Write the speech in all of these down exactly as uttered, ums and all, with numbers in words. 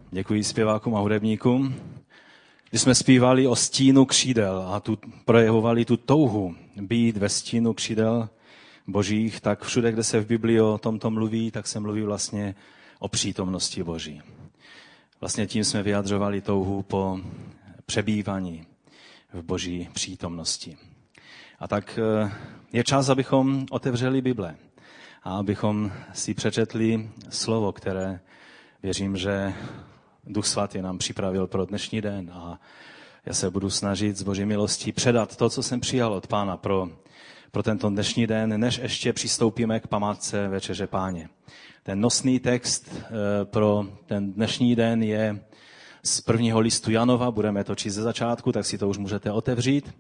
Děkuji zpěvákům a hudebníkům. Když jsme zpívali o stínu křídel a tu projevovali tu touhu být ve stínu křídel božích, tak všude, kde se v Biblii o tomto mluví, tak se mluví vlastně o přítomnosti Boží. Vlastně tím jsme vyjadřovali touhu po přebývání v Boží přítomnosti. A tak je čas, abychom otevřeli Bible a abychom si přečetli slovo, které věřím, že Duch Svatý nám připravil pro dnešní den. A já se budu snažit z Boží milostí předat to, co jsem přijal od Pána pro, pro tento dnešní den, než ještě přistoupíme k památce Večeře Páně. Ten nosný text pro ten dnešní den je z prvního listu Janova, budeme to číst ze začátku, tak si to už můžete otevřít.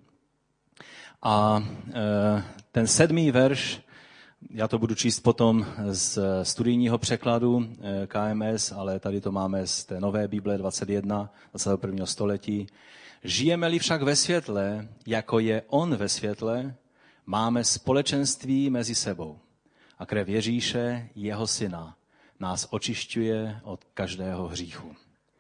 A ten sedmý verš, já to budu číst potom z studijního překladu K M S, ale tady to máme z té nové Bible dvacet jedna, dvacátého prvního století. Žijeme-li však ve světle, jako je on ve světle, máme společenství mezi sebou. A krev Ježíše, jeho syna, nás očišťuje od každého hříchu.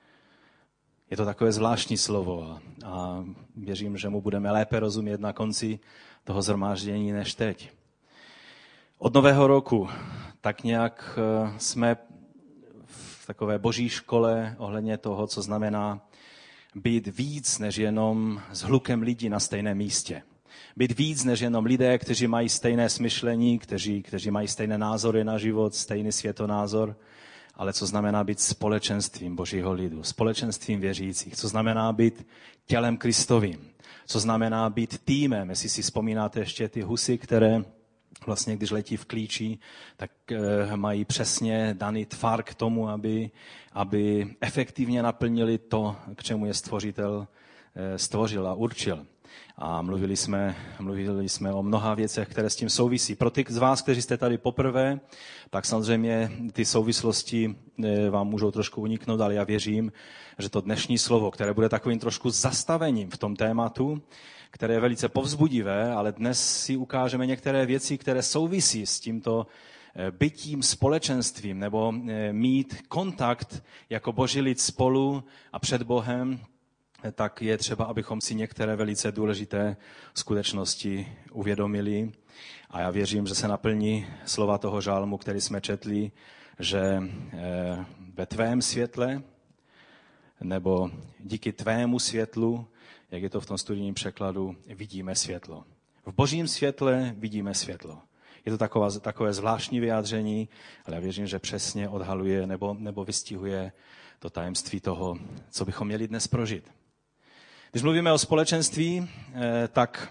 Je to takové zvláštní slovo a, a věřím, že mu budeme lépe rozumět na konci toho shromáždění než teď. Od nového roku tak nějak jsme v takové boží škole ohledně toho, co znamená být víc než jenom s hlukem lidí na stejném místě. Být víc než jenom lidé, kteří mají stejné smyšlení, kteří, kteří mají stejné názory na život, stejný světonázor, ale co znamená být společenstvím božího lidu, společenstvím věřících, co znamená být tělem Kristovým, co znamená být týmem, jestli si vzpomínáte ještě ty husy, které vlastně, když letí v klíči, tak e, mají přesně daný tvar k tomu, aby, aby efektivně naplnili to, k čemu je stvořitel e, stvořil a určil. A mluvili jsme, mluvili jsme o mnoha věcech, které s tím souvisí. Pro ty z vás, kteří jste tady poprvé, tak samozřejmě ty souvislosti vám můžou trošku uniknout, ale já věřím, že to dnešní slovo, které bude takovým trošku zastavením v tom tématu, které je velice povzbudivé, ale dnes si ukážeme některé věci, které souvisí s tímto bytím společenstvím nebo mít kontakt jako boží lid spolu a před Bohem, tak je třeba, abychom si některé velice důležité skutečnosti uvědomili. A já věřím, že se naplní slova toho žálmu, který jsme četli, že ve tvém světle, nebo díky tvému světlu, jak je to v tom studijním překladu, vidíme světlo. V božím světle vidíme světlo. Je to taková, takové zvláštní vyjádření, ale já věřím, že přesně odhaluje nebo, nebo vystihuje to tajemství toho, co bychom měli dnes prožít. Když mluvíme o společenství, tak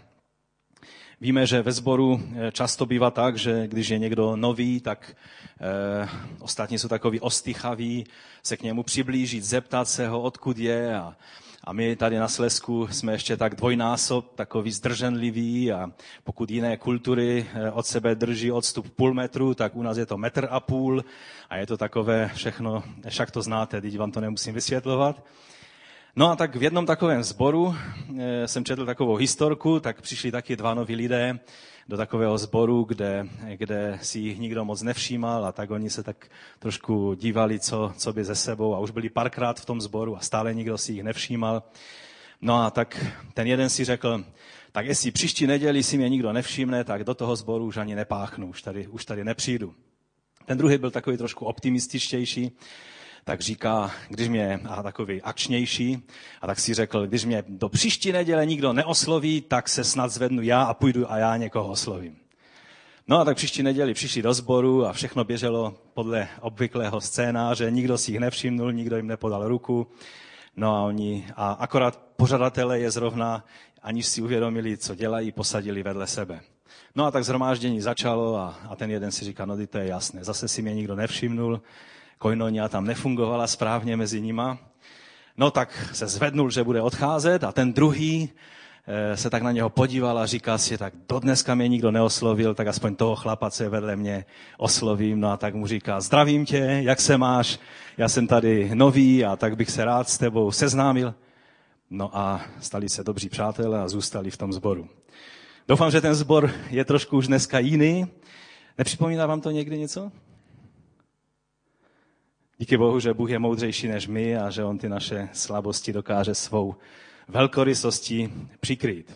víme, že ve sboru často bývá tak, že když je někdo nový, tak eh, ostatní jsou takový ostychaví, se k němu přiblížit, zeptat se ho, odkud je. A, a my tady na Slezsku jsme ještě tak dvojnásob, takový zdrženliví a pokud jiné kultury od sebe drží odstup půl metru, tak u nás je to metr a půl a je to takové všechno, však to znáte, teď vám to nemusím vysvětlovat. No a tak v jednom takovém sboru e, jsem četl takovou historku, tak přišli taky dva noví lidé do takového sboru, kde, kde si jich nikdo moc nevšímal a tak oni se tak trošku dívali, co, co by ze sebou a už byli párkrát v tom sboru a stále nikdo si jich nevšímal. No a tak ten jeden si řekl, tak jestli příští neděli si mě nikdo nevšimne, tak do toho sboru už ani nepáchnu, už tady, už tady nepřijdu. Ten druhý byl takový trošku optimističtější, tak říká, když mě, a takový akčnější, a tak si řekl, když mě do příští neděle nikdo neosloví, tak se snad zvednu já a půjdu a já někoho oslovím. No a tak příští neděli přišli do sboru a všechno běželo podle obvyklého scénáře, nikdo si jich nevšimnul, nikdo jim nepodal ruku. No a oni, a akorát pořadatelé je zrovna, aniž si uvědomili, co dělají, posadili vedle sebe. No a tak shromáždění začalo a, a ten jeden si říká, no to je jasné, zase si mě nikdo nevšimnul, koinonia tam nefungovala správně mezi nima. No tak se zvednul, že bude odcházet a ten druhý se tak na něho podíval a říká si, tak do dneska mě nikdo neoslovil, tak aspoň toho chlapa, co je vedle mě, oslovím. No a tak mu říká, zdravím tě, jak se máš? Já jsem tady nový a tak bych se rád s tebou seznámil. No a stali se dobří přátelé a zůstali v tom sboru. Doufám, že ten sbor je trošku už dneska jiný. Nepřipomíná vám to někdy něco? Díky Bohu, že Bůh je moudřejší než my a že on ty naše slabosti dokáže svou velkorysostí přikrýt.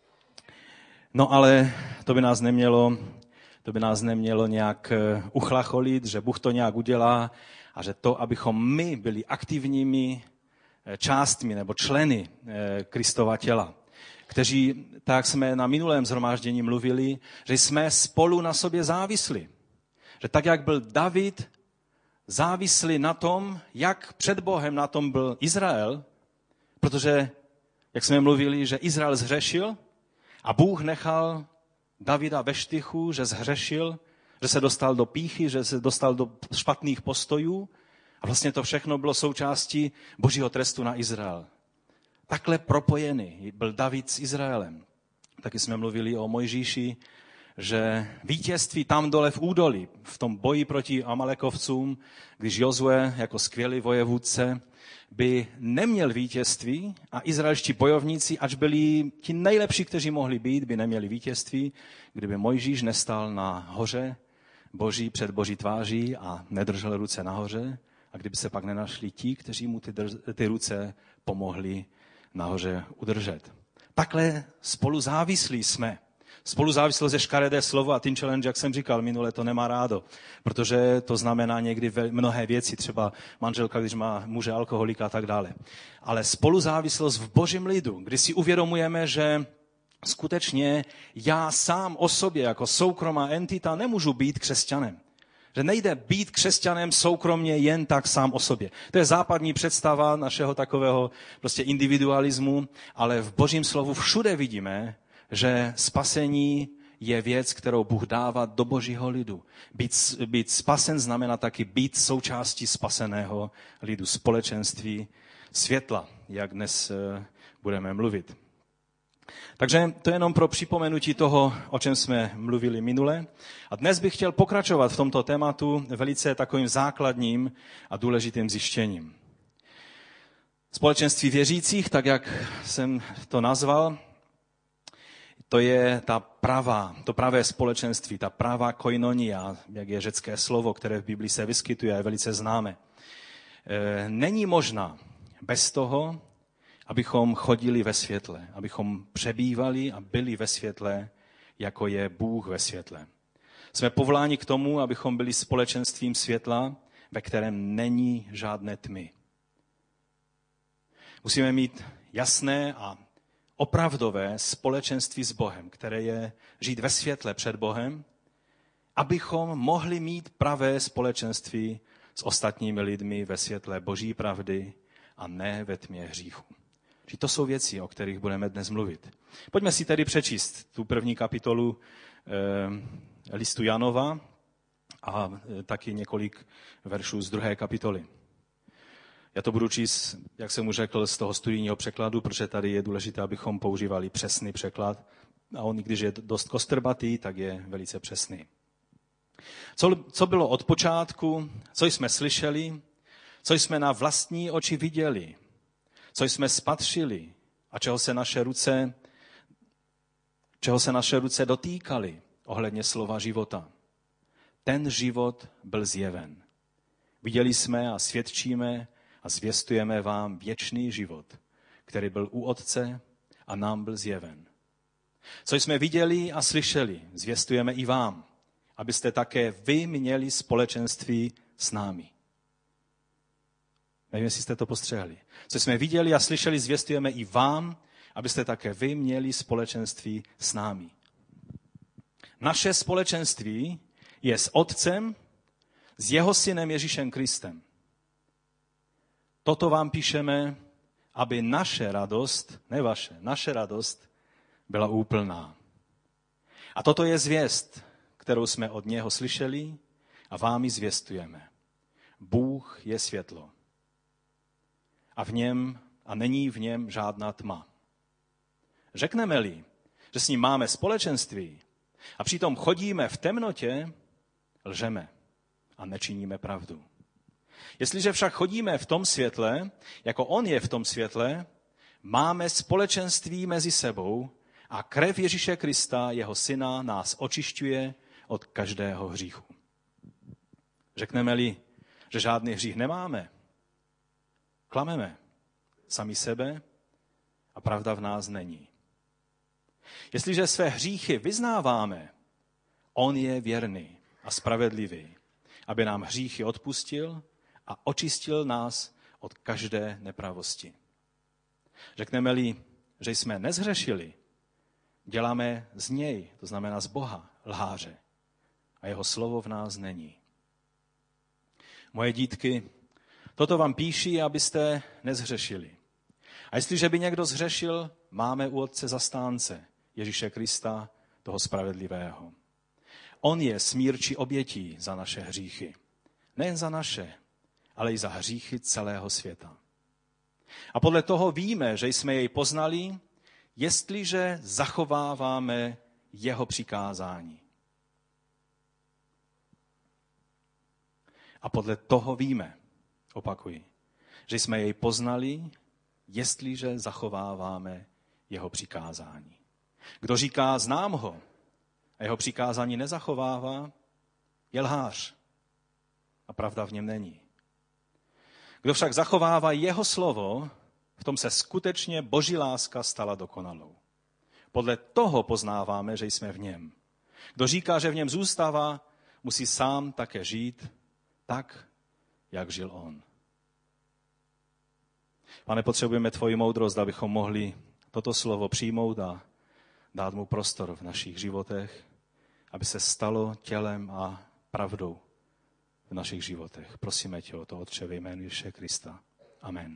No ale to by nás nemělo, to by nás nemělo nějak uchlacholit, že Bůh to nějak udělá a že to, abychom my byli aktivními částmi nebo členy Kristova těla, kteří, tak jak jsme na minulém shromáždění mluvili, že jsme spolu na sobě závislí. Že tak, jak byl David závislý na tom, jak před Bohem na tom byl Izrael, protože, jak jsme mluvili, že Izrael zhřešil a Bůh nechal Davida ve štychu, že zhřešil, že se dostal do pýchy, že se dostal do špatných postojů a vlastně to všechno bylo součástí Božího trestu na Izrael. Takhle propojený byl David s Izraelem. Taky jsme mluvili o Mojžíši, že vítězství tam dole v údolí, v tom boji proti Amalekovcům, když Jozue jako skvělý vojevůdce by neměl vítězství a izraelští bojovníci, ač byli ti nejlepší, kteří mohli být, by neměli vítězství, kdyby Mojžíš nestal na hoře Boží před Boží tváří a nedržel ruce nahoře a kdyby se pak nenašli ti, kteří mu ty, drž, ty ruce pomohli nahoře udržet. Takhle spolu závislí jsme. Spoluzávislost je škaredé slovo a Teen Challenge, jak jsem říkal, minule to nemá rádo, protože to znamená někdy mnohé věci, třeba manželka, když má muže alkoholika a tak dále. Ale spoluzávislost v Božím lidu, kdy si uvědomujeme, že skutečně já sám o sobě jako soukromá entita nemůžu být křesťanem. Že nejde být křesťanem soukromně jen tak sám o sobě. To je západní představa našeho takového prostě individualismu, ale v Božím slovu všude vidíme, že spasení je věc, kterou Bůh dává do Božího lidu. Být, být spasen znamená taky být součástí spaseného lidu, společenství světla, jak dnes budeme mluvit. Takže to je jenom pro připomenutí toho, o čem jsme mluvili minule. A dnes bych chtěl pokračovat v tomto tématu velice takovým základním a důležitým zjištěním. Společenství věřících, tak jak jsem to nazval, to je ta pravá, to pravé společenství, ta pravá koinonia, jak je řecké slovo, které v Biblii se vyskytuje a je velice známe. Není možná bez toho, abychom chodili ve světle, abychom přebývali a byli ve světle, jako je Bůh ve světle. Jsme povoláni k tomu, abychom byli společenstvím světla, ve kterém není žádné tmy. Musíme mít jasné a opravdové společenství s Bohem, které je žít ve světle před Bohem, abychom mohli mít pravé společenství s ostatními lidmi ve světle Boží pravdy a ne ve tmě hříchu. Či to jsou věci, o kterých budeme dnes mluvit. Pojďme si tedy přečíst tu první kapitolu eh, listu Janova a eh, taky několik veršů z druhé kapitoly. Já to budu číst, jak jsem mu řekl, z toho studijního překladu, protože tady je důležité, abychom používali přesný překlad. A on, když je dost kostrbatý, tak je velice přesný. Co, co bylo od počátku, co jsme slyšeli, co jsme na vlastní oči viděli, co jsme spatřili a čeho se naše ruce, čeho se naše ruce dotýkaly ohledně slova života. Ten život byl zjeven. Viděli jsme a svědčíme a zvěstujeme vám věčný život, který byl u Otce a nám byl zjeven. Co jsme viděli a slyšeli, zvěstujeme i vám, abyste také vy měli společenství s námi. Nevím, jestli jste to postřehli. Co jsme viděli a slyšeli, zvěstujeme i vám, abyste také vy měli společenství s námi. Naše společenství je s Otcem, s jeho synem Ježíšem Kristem. Toto vám píšeme, aby naše radost, ne vaše, naše radost byla úplná. A toto je zvěst, kterou jsme od něho slyšeli a vám ji zvěstujeme. Bůh je světlo. A v něm, a není v něm žádná tma. Řekneme-li, že s ním máme společenství a přitom chodíme v temnotě, lžeme a nečiníme pravdu. Jestliže však chodíme v tom světle, jako on je v tom světle, máme společenství mezi sebou a krev Ježíše Krista, jeho syna, nás očišťuje od každého hříchu. Řekneme-li, že žádný hřích nemáme, klameme sami sebe a pravda v nás není. Jestliže své hříchy vyznáváme, on je věrný a spravedlivý, aby nám hříchy odpustil a očistil nás od každé nepravosti. Řekneme-li, že jsme nezhřešili, děláme z něj, to znamená z Boha, lháře. A jeho slovo v nás není. Moje dítky, toto vám píší, abyste nezhřešili. A jestliže by někdo zhřešil, máme u Otce zastánce, Ježíše Krista, toho spravedlivého. On je smírčí obětí za naše hříchy. Nejen za naše, ale i za hříchy celého světa. A podle toho víme, že jsme jej poznali, jestliže zachováváme jeho přikázání. A podle toho víme, opakuji, že jsme jej poznali, jestliže zachováváme jeho přikázání. Kdo říká, znám ho, a jeho přikázání nezachovává, je lhář a pravda v něm není. Kdo však zachovává jeho slovo, v tom se skutečně Boží láska stala dokonalou. Podle toho poznáváme, že jsme v něm. Kdo říká, že v něm zůstává, musí sám také žít tak, jak žil on. Pane, potřebujeme tvoji moudrost, abychom mohli toto slovo přijmout a dát mu prostor v našich životech, aby se stalo tělem a pravdou v našich životech. Prosíme tě o to, Otče, ve jménu Ježíše Krista. Amen.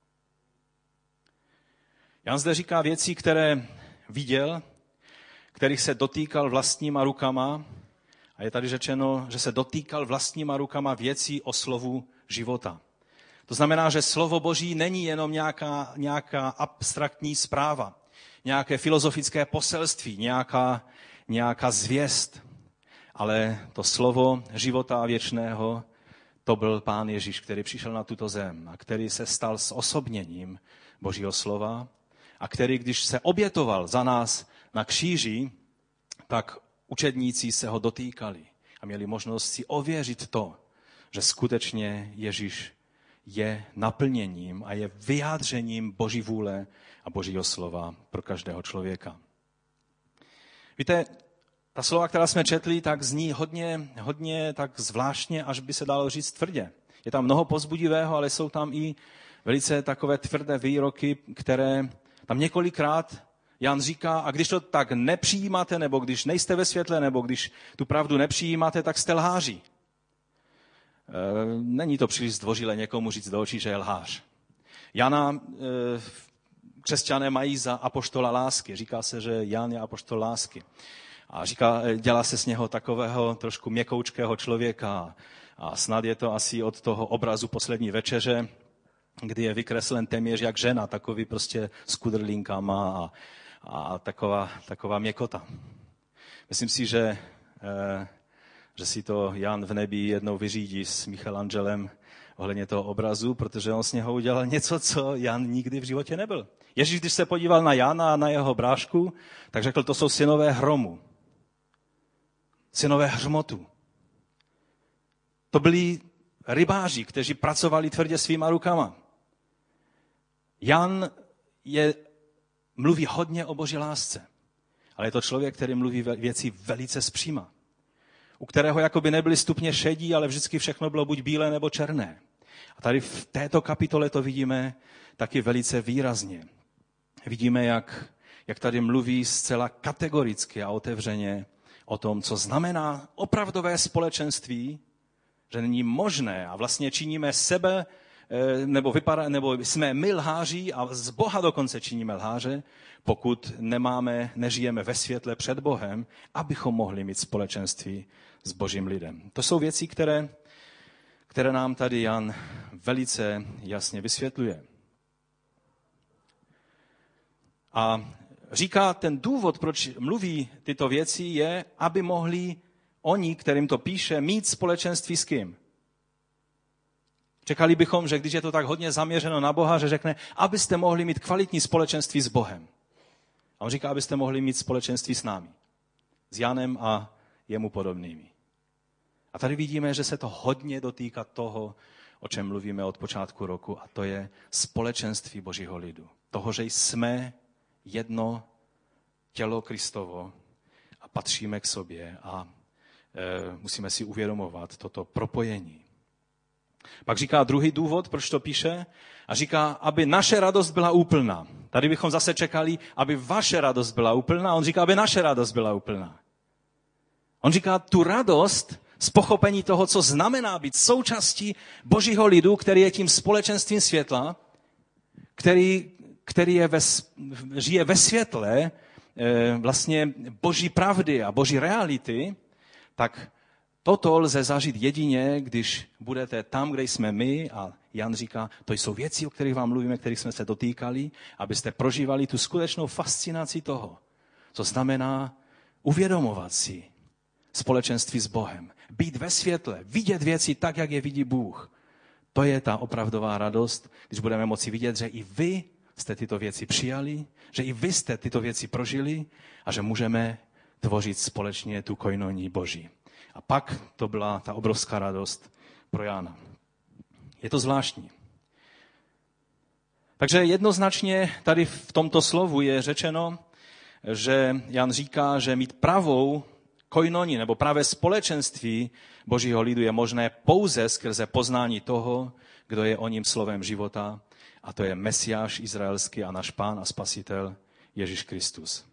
Jan zde říká věci, které viděl, kterých se dotýkal vlastníma rukama, a je tady řečeno, že se dotýkal vlastníma rukama věcí o slovu života. To znamená, že slovo Boží není jenom nějaká, nějaká abstraktní zpráva, nějaké filozofické poselství, nějaká, nějaká zvěst, ale to slovo života a věčného, to byl Pán Ježíš, který přišel na tuto zem a který se stal s osobněním Božího slova a který, když se obětoval za nás na kříži, tak učedníci se ho dotýkali a měli možnost si ověřit to, že skutečně Ježíš je naplněním a je vyjádřením Boží vůle a Božího slova pro každého člověka. Víte, ta slova, která jsme četli, tak zní hodně, hodně tak zvláštně, až by se dalo říct tvrdě. Je tam mnoho povzbudivého, ale jsou tam i velice takové tvrdé výroky, které tam několikrát Jan říká, a když to tak nepřijímáte, nebo když nejste ve světle, nebo když tu pravdu nepřijímáte, tak jste lháři. Není to příliš zdvořile někomu říct do očí, že je lhář. Jana křesťané mají za apoštola lásky. Říká se, že Jan je apoštol lásky. A říká, dělá se z něho takového trošku měkoučkého člověka. A snad je to asi od toho obrazu poslední večeře, kdy je vykreslen téměř jak žena, takový prostě s kudrlinkama a, a taková, taková měkota. Myslím si, že, eh, že si to Jan v nebi jednou vyřídí s Michelangelem ohledně toho obrazu, protože on z něho udělal něco, co Jan nikdy v životě nebyl. Ježíš, když se podíval na Jana a na jeho brášku, tak řekl, to jsou synové hromu. Synové hřmotu. To byli rybáři, kteří pracovali tvrdě svýma rukama. Jan je, mluví hodně o Boží lásce, ale je to člověk, který mluví věci velice zpříma, u kterého jakoby nebyly stupně šedí, ale vždycky všechno bylo buď bílé nebo černé. A tady v této kapitole to vidíme taky velice výrazně. Vidíme, jak, jak tady mluví zcela kategoricky a otevřeně o tom, co znamená opravdové společenství, že není možné a vlastně činíme sebe, nebo, vypadá, nebo jsme my lháři a z Boha dokonce činíme lháře, pokud nemáme, nežijeme ve světle před Bohem, abychom mohli mít společenství s Božím lidem. To jsou věci, které, které nám tady Jan velice jasně vysvětluje. A říká, ten důvod, proč mluví tyto věci, je, aby mohli oni, kterým to píše, mít společenství s kým? Čekali bychom, že když je to tak hodně zaměřeno na Boha, že řekne, abyste mohli mít kvalitní společenství s Bohem. A on říká, abyste mohli mít společenství s námi. S Janem a jemu podobnými. A tady vidíme, že se to hodně dotýká toho, o čem mluvíme od počátku roku, a to je společenství Božího lidu. Toho, že jsme jedno tělo Kristovo a patříme k sobě a e, musíme si uvědomovat toto propojení. Pak říká druhý důvod, proč to píše, a říká, aby naše radost byla úplná. Tady bychom zase čekali, aby vaše radost byla úplná, on říká, aby naše radost byla úplná. On říká tu radost z pochopení toho, co znamená být součástí Božího lidu, který je tím společenstvím světla, který, který je ve, žije ve světle e, vlastně Boží pravdy a Boží reality, tak toto lze zažít jedině, když budete tam, kde jsme my, a Jan říká, to jsou věci, o kterých vám mluvíme, kterých jsme se dotýkali, abyste prožívali tu skutečnou fascinaci toho, co znamená uvědomovat si společenství s Bohem, být ve světle, vidět věci tak, jak je vidí Bůh. To je ta opravdová radost, když budeme moci vidět, že i vy jste tyto věci přijali, že i vy jste tyto věci prožili a že můžeme tvořit společně tu koinonii Boží. A pak to byla ta obrovská radost pro Jana. Je to zvláštní. Takže jednoznačně tady v tomto slovu je řečeno, že Jan říká, že mít pravou koinonii nebo pravé společenství Božího lidu je možné pouze skrze poznání toho, kdo je o ním slovem života, a to je Mesiáš izraelský a náš Pán a Spasitel Ježíš Kristus.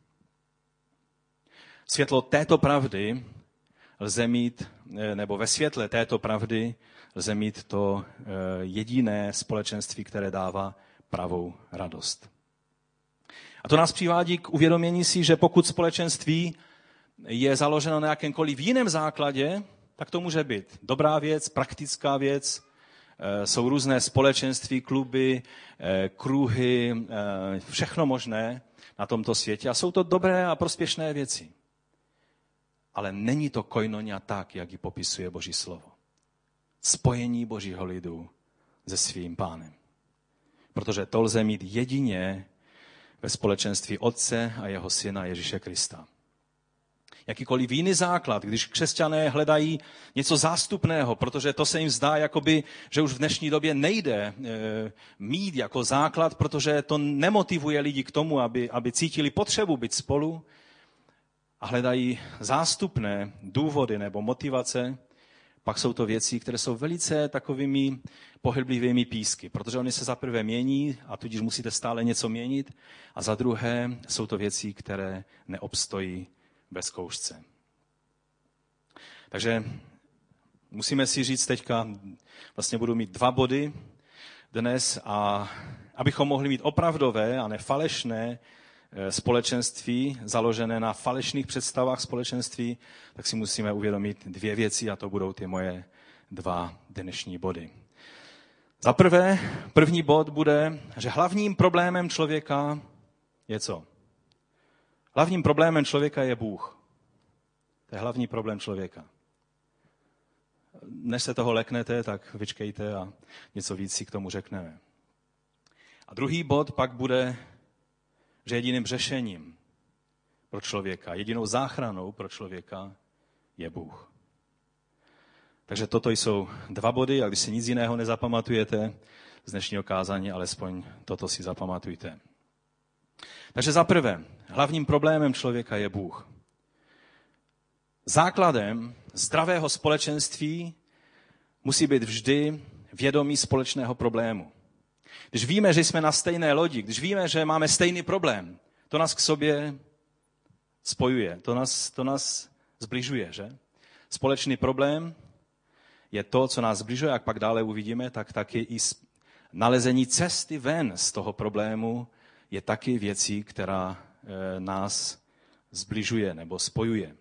Světlo této pravdy lze mít, nebo ve světle této pravdy lze mít to jediné společenství, které dává pravou radost. A to nás přivádí k uvědomění si, že pokud společenství je založeno na jakémkoliv jiném základě, tak to může být dobrá věc, praktická věc. Jsou různé společenství, kluby, kruhy, všechno možné na tomto světě. A jsou to dobré a prospěšné věci. Ale není to koinonia tak, jak ji popisuje Boží slovo. Spojení Božího lidu se svým Pánem. Protože to lze mít jedině ve společenství Otce a jeho Syna Ježíše Krista. Jakýkoliv jiný základ, když křesťané hledají něco zástupného, protože to se jim zdá, jakoby, že už v dnešní době nejde e, mít jako základ, protože to nemotivuje lidi k tomu, aby, aby cítili potřebu být spolu, a hledají zástupné důvody nebo motivace, pak jsou to věci, které jsou velice takovými pohyblivými písky, protože oni se za prvé mění a tudíž musíte stále něco měnit, a za druhé jsou to věci, které neobstojí ve zkoušce. Takže musíme si říct teďka, vlastně budu mít dva body dnes, a abychom mohli mít opravdové a ne falešné společenství, založené na falešných představách společenství, tak si musíme uvědomit dvě věci, a to budou ty moje dva dnešní body. Za prvé, první bod bude, že hlavním problémem člověka je co? Hlavním problémem člověka je Bůh. To je hlavní problém člověka. Než se toho leknete, tak vyčkejte a něco víc si k tomu řekneme. A druhý bod pak bude, že jediným řešením pro člověka, jedinou záchranou pro člověka je Bůh. Takže toto jsou dva body, a když si nic jiného nezapamatujete z dnešního kázání, alespoň toto si zapamatujte. Takže za prvé, hlavním problémem člověka je Bůh. Základem zdravého společenství musí být vždy vědomí společného problému. Když víme, že jsme na stejné lodi, když víme, že máme stejný problém, to nás k sobě spojuje, to nás, to nás zbližuje, že? Společný problém je to, co nás zbližuje, jak pak dále uvidíme, tak taky i nalezení cesty ven z toho problému je taky věcí, která nás zbližuje nebo spojuje.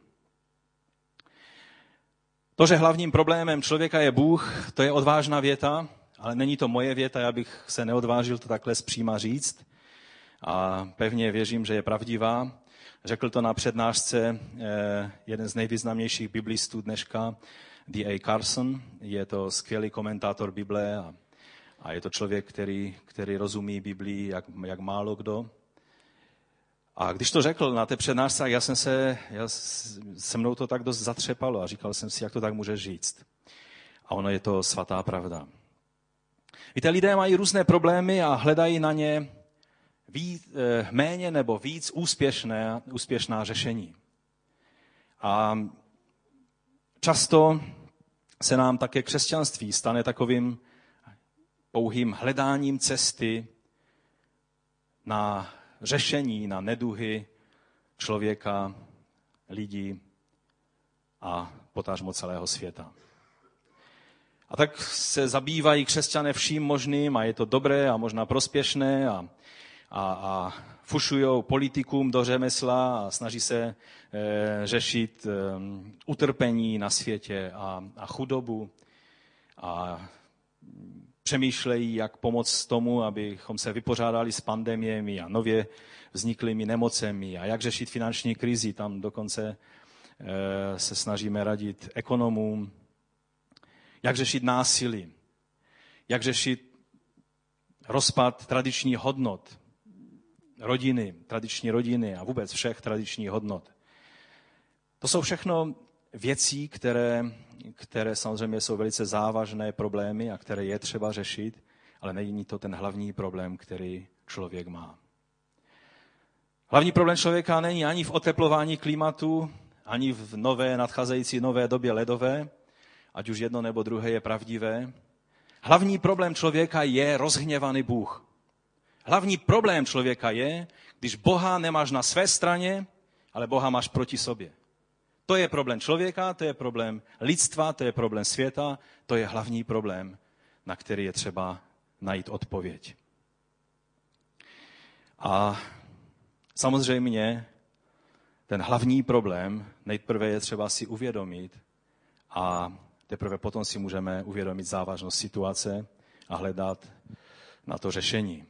To, že hlavním problémem člověka je Bůh, to je odvážná věta, ale není to moje věta, já bych se neodvážil to takhle zpříma říct. A pevně věřím, že je pravdivá. Řekl to na přednášce jeden z nejvýznamnějších biblistů dneška, D A Carson. Je to skvělý komentátor Bible a, a je to člověk, který, který rozumí Biblii jak, jak málo kdo. A když to řekl na té přednášce, já jsem se, já, se mnou to tak dost zatřepalo a říkal jsem si, jak to tak může říct. A ono je to svatá pravda. Víte, lidé mají různé problémy a hledají na ně víc, méně nebo víc úspěšné, úspěšná řešení. A často se nám také křesťanství stane takovým pouhým hledáním cesty na řešení, na neduhy člověka, lidí a potažmo celého světa. A tak se zabývají křesťané vším možným a je to dobré a možná prospěšné a, a, a fušujou politikům do řemesla a snaží se e, řešit e, utrpení na světě a, a chudobu a přemýšlejí, jak pomoct tomu, abychom se vypořádali s pandemiemi a nově vzniklými nemocemi a jak řešit finanční krizi. Tam dokonce e, se snažíme radit ekonomům, jak řešit násilí, jak řešit rozpad tradičních hodnot, rodiny, tradiční rodiny a vůbec všech tradičních hodnot. To jsou všechno věci, které, které samozřejmě jsou velice závažné problémy a které je třeba řešit, ale není to ten hlavní problém, který člověk má. Hlavní problém člověka není ani v oteplování klimatu, ani v nové nadcházející nové době ledové, ať už jedno nebo druhé je pravdivé. Hlavní problém člověka je rozhněvaný Bůh. Hlavní problém člověka je, když Boha nemáš na své straně, ale Boha máš proti sobě. To je problém člověka, to je problém lidstva, to je problém světa, to je hlavní problém, na který je třeba najít odpověď. A samozřejmě ten hlavní problém nejprve je třeba si uvědomit a teprve potom si můžeme uvědomit závažnost situace a hledat na to řešení.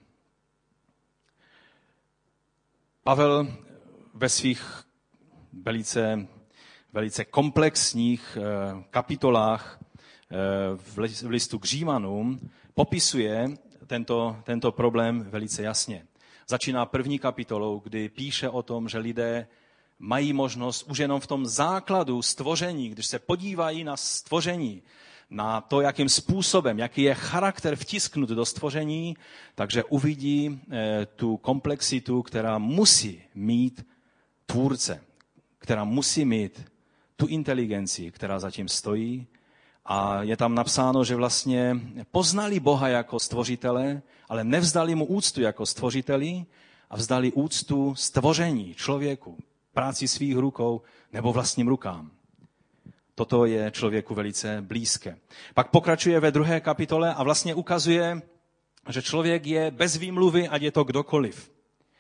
Pavel ve svých velice, velice komplexních kapitolách v listu k Římanům popisuje tento, tento problém velice jasně. Začíná první kapitolou, kdy píše o tom, že lidé mají možnost už jenom v tom základu stvoření, když se podívají na stvoření, na to, jakým způsobem, jaký je charakter vtisknut do stvoření, takže uvidí tu komplexitu, která musí mít tvůrce, která musí mít tu inteligenci, která zatím stojí. A je tam napsáno, že vlastně poznali Boha jako stvořitele, ale nevzdali mu úctu jako stvořiteli a vzdali úctu stvoření, člověku, práci svých rukou nebo vlastním rukám. Toto je člověku velice blízké. Pak pokračuje ve druhé kapitole a vlastně ukazuje, že člověk je bez výmluvy, ať je to kdokoliv.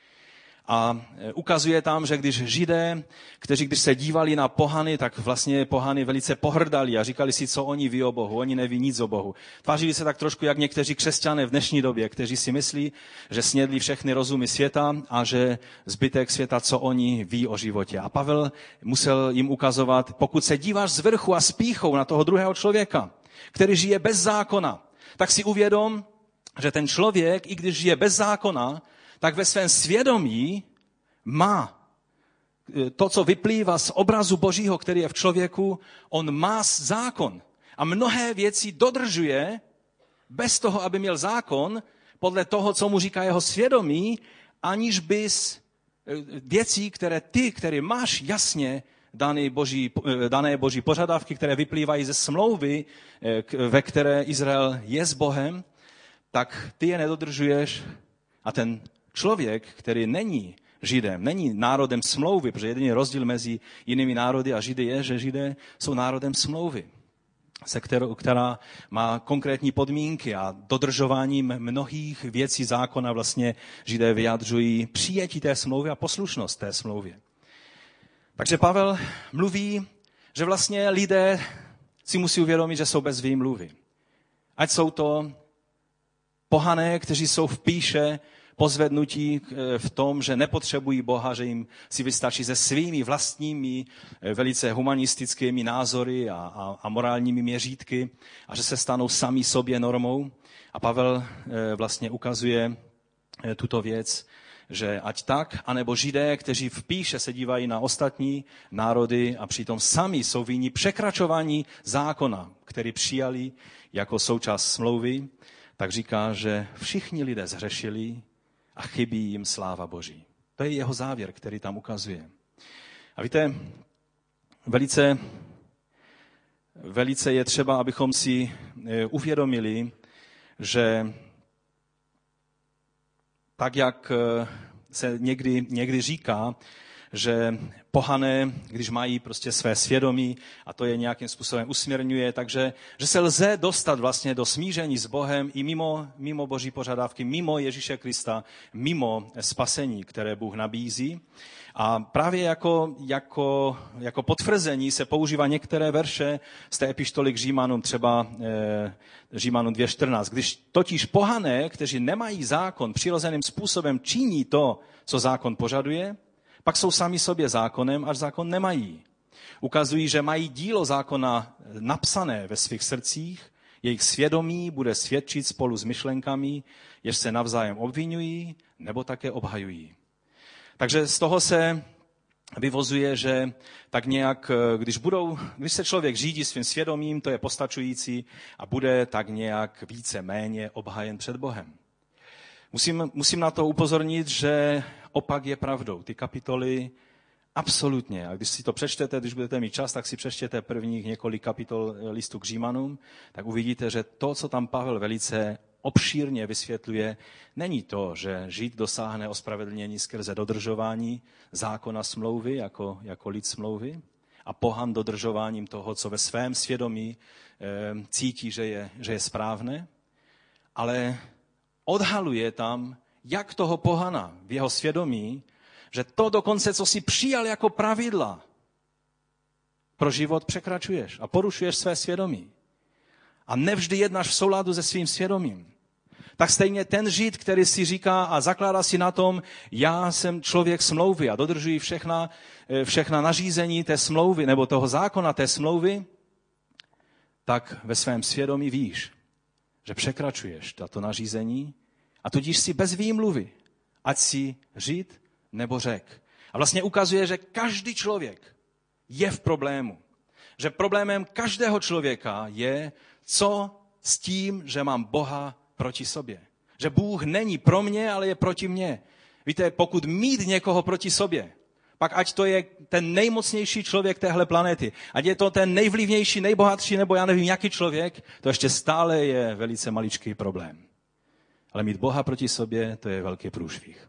A ukazuje tam, že když Židé, kteří když se dívali na pohany, tak vlastně pohany velice pohrdali a říkali si, co oni ví o Bohu. Oni neví nic o Bohu. Tvářili se tak trošku jak někteří křesťané v dnešní době, kteří si myslí, že snědli všechny rozumy světa a že zbytek světa, co oni ví o životě. A Pavel musel jim ukazovat, pokud se díváš z vrchu a s pýchou na toho druhého člověka, který žije bez zákona, tak si uvědom, že ten člověk, i když žije bez zákona, tak ve svém svědomí má to, co vyplývá z obrazu Božího, který je v člověku, on má zákon. A mnohé věci dodržuje bez toho, aby měl zákon, podle toho, co mu říká jeho svědomí, aniž bys věcí, které ty, které máš jasně dané boží, dané boží požadavky, které vyplývají ze smlouvy, ve které Izrael je s Bohem, tak ty je nedodržuješ a ten člověk, který není Židem, není národem smlouvy, protože jediný rozdíl mezi jinými národy a Židy je, že Židé jsou národem smlouvy, se kterou, která má konkrétní podmínky a dodržováním mnohých věcí zákona vlastně Židé vyjadřují přijetí té smlouvy a poslušnost té smlouvě. Takže Pavel mluví, že vlastně lidé si musí uvědomit, že jsou bez výmluvy. Ať jsou to pohané, kteří jsou v pýše, pozvednutí v tom, že nepotřebují Boha, že jim si vystačí se svými vlastními velice humanistickými názory a, a, a morálními měřítky a že se stanou sami sobě normou. A Pavel vlastně ukazuje tuto věc že ať tak, anebo Židé, kteří v pýše se dívají na ostatní národy a přitom sami jsou vinni překračování zákona, který přijali jako součást smlouvy, tak říká, že všichni lidé zhřešili a chybí jim sláva Boží. To je jeho závěr, který tam ukazuje. A víte, velice, velice je třeba, abychom si uvědomili, že tak, jak se někdy, někdy říká, že pohané, když mají prostě své svědomí a to je nějakým způsobem usměrňuje, takže že se lze dostat vlastně do smíření s Bohem i mimo, mimo Boží požadavky, mimo Ježíše Krista, mimo spasení, které Bůh nabízí. A právě jako, jako, jako potvrzení se používá některé verše z té epištoly k Římanům, třeba e, Římanům dvě čtrnáct. Když totiž pohané, kteří nemají zákon, přirozeným způsobem činí to, co zákon požaduje, pak jsou sami sobě zákonem, až zákon nemají. Ukazují, že mají dílo zákona napsané ve svých srdcích, jejich svědomí bude svědčit spolu s myšlenkami, jež se navzájem obvinují nebo také obhajují. Takže z toho se vyvozuje, že tak nějak, když, budou, když se člověk řídí svým svědomím, to je postačující a bude tak nějak více méně obhajen před Bohem. Musím, musím na to upozornit, že opak je pravdou. Ty kapitoly absolutně. A když si to přečtete, když budete mít čas, tak si přečtěte prvních několik kapitol listu k Římanům, tak uvidíte, že to, co tam Pavel velice obšírně vysvětluje, není to, že Žid dosáhne ospravedlnění skrze dodržování zákona smlouvy, jako, jako lid smlouvy, a pohan dodržováním toho, co ve svém svědomí e, cítí, že je, že je správné, ale odhaluje tam, jak toho pohana v jeho svědomí, že to dokonce, co si přijal jako pravidla pro život, překračuješ a porušuješ své svědomí. A nevždy jednáš v souladu se svým svědomím. Tak stejně ten Žid, který si říká a zakládá si na tom, já jsem člověk smlouvy a dodržuji všechna, všechna nařízení té smlouvy nebo toho zákona té smlouvy, tak ve svém svědomí víš, že překračuješ tato nařízení a tudíž si bez výmluvy, ať si Žid nebo Řek. A vlastně ukazuje, že každý člověk je v problému. Že problémem každého člověka je, co s tím, že mám Boha proti sobě. Že Bůh není pro mě, ale je proti mně. Víte, pokud mít někoho proti sobě, pak ať to je ten nejmocnější člověk téhle planety, ať je to ten nejvlivnější, nejbohatší, nebo já nevím, jaký člověk, to ještě stále je velice maličký problém. Ale mít Boha proti sobě, to je velký průšvih.